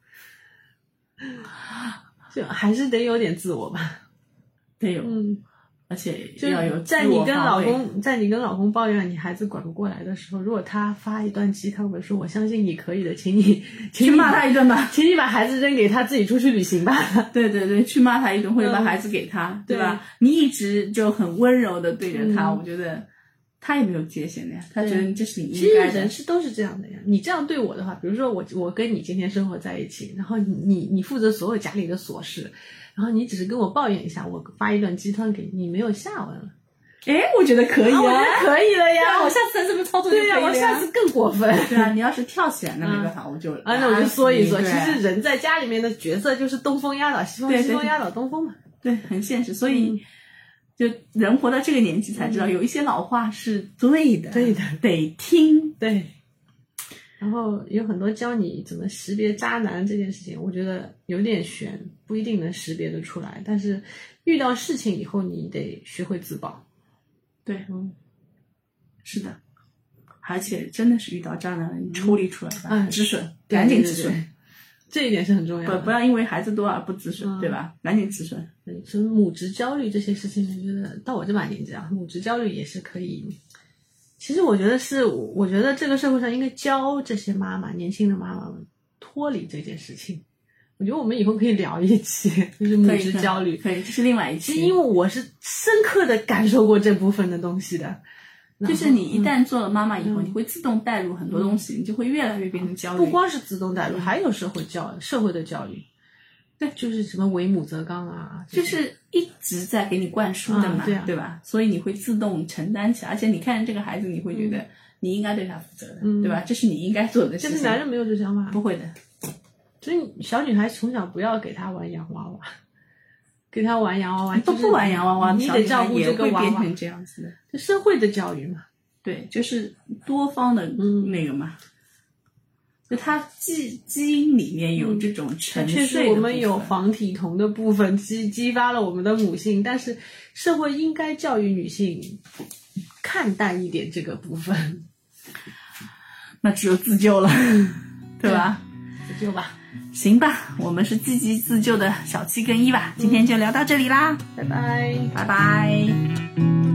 就还是得有点自我吧， 得有。 嗯。 而且要有在你跟老公在你跟老公抱怨你孩子管不过来的时候，如果他发一段鸡汤文说我相信你可以的，请你请你去骂他一顿吧， 请你把孩子扔给他自己出去旅行吧。 对对对，去骂他一顿或者把孩子给他，嗯、对吧？对，你一直就很温柔的对着他，嗯、我觉得他也没有界限的呀，他觉得这是你其实应该的人。是都是这样的呀。你这样对我的话，比如说我我跟你今天生活在一起，然后你你你负责所有家里的琐事，然后你只是跟我抱怨一下，我发一段鸡汤给你，你没有下文了。 哎，我觉得可以啊， 啊我觉得可以了呀， 那我下次再这么操作就可以了呀。 对呀，我下次更过分。 对啊，你要是跳起来，那没办法，我就啊，那我就说一说， 对其实人在家里面的角色就是东风压倒西风， 对对西风压倒东风嘛。 对，很现实，所以。就人活到这个年纪才知道，有一些老话是对的， 对的， 得听。 对。然后有很多教你怎么识别渣男这件事情，我觉得有点悬，不一定能识别得出来。但是遇到事情以后，你得学会自保。 对，嗯，是的，而且真的是遇到渣男了，你抽离出来吧， 嗯， 止损，赶紧止损。 这一点是很重要的， 不不要因为孩子多而不止损， 嗯、 对吧？赶紧止损。 所以母职焦虑这些事情，我觉得到我这把年纪啊，母职焦虑也是可以。其实我觉得是，我觉得这个社会上应该教这些妈妈、年轻的妈妈们脱离这件事情。我觉得我们以后可以聊一期，就是母职焦虑， 可以，可以这是另外一期。 因为我是深刻的感受过这部分的东西的。 就是你一旦做了妈妈以后，嗯、你会自动带入很多东西，嗯、你就会越来越变成焦虑。 不光是自动带入，还有社会教育、社会的教育。对，就是什么为母则刚啊， 就是一直在给你灌输的嘛， 啊对啊、 对吧？所以你会自动承担起来，而且你看这个孩子，你会觉得你应该对他负责的， 嗯、 对吧？这是你应该做的事情。 但是男人没有这想法， 不会的。 所以小女孩从小不要给她玩洋娃娃。给他玩洋娃娃， 都不玩洋娃娃， 你得照顾这个娃娃， 变成这样子的。 就社会的教育嘛， 对，就是多方的那个嘛。嗯、就他基基因里面有这种沉睡的部分， 确实我们有黄体酮的部分激激发了我们的母性，但是社会应该教育女性看淡一点这个部分。 那只有自救了，对吧？ 自救吧。 行吧，我们是积极自救的小七跟一吧，今天就聊到这里啦， 拜拜， 拜拜。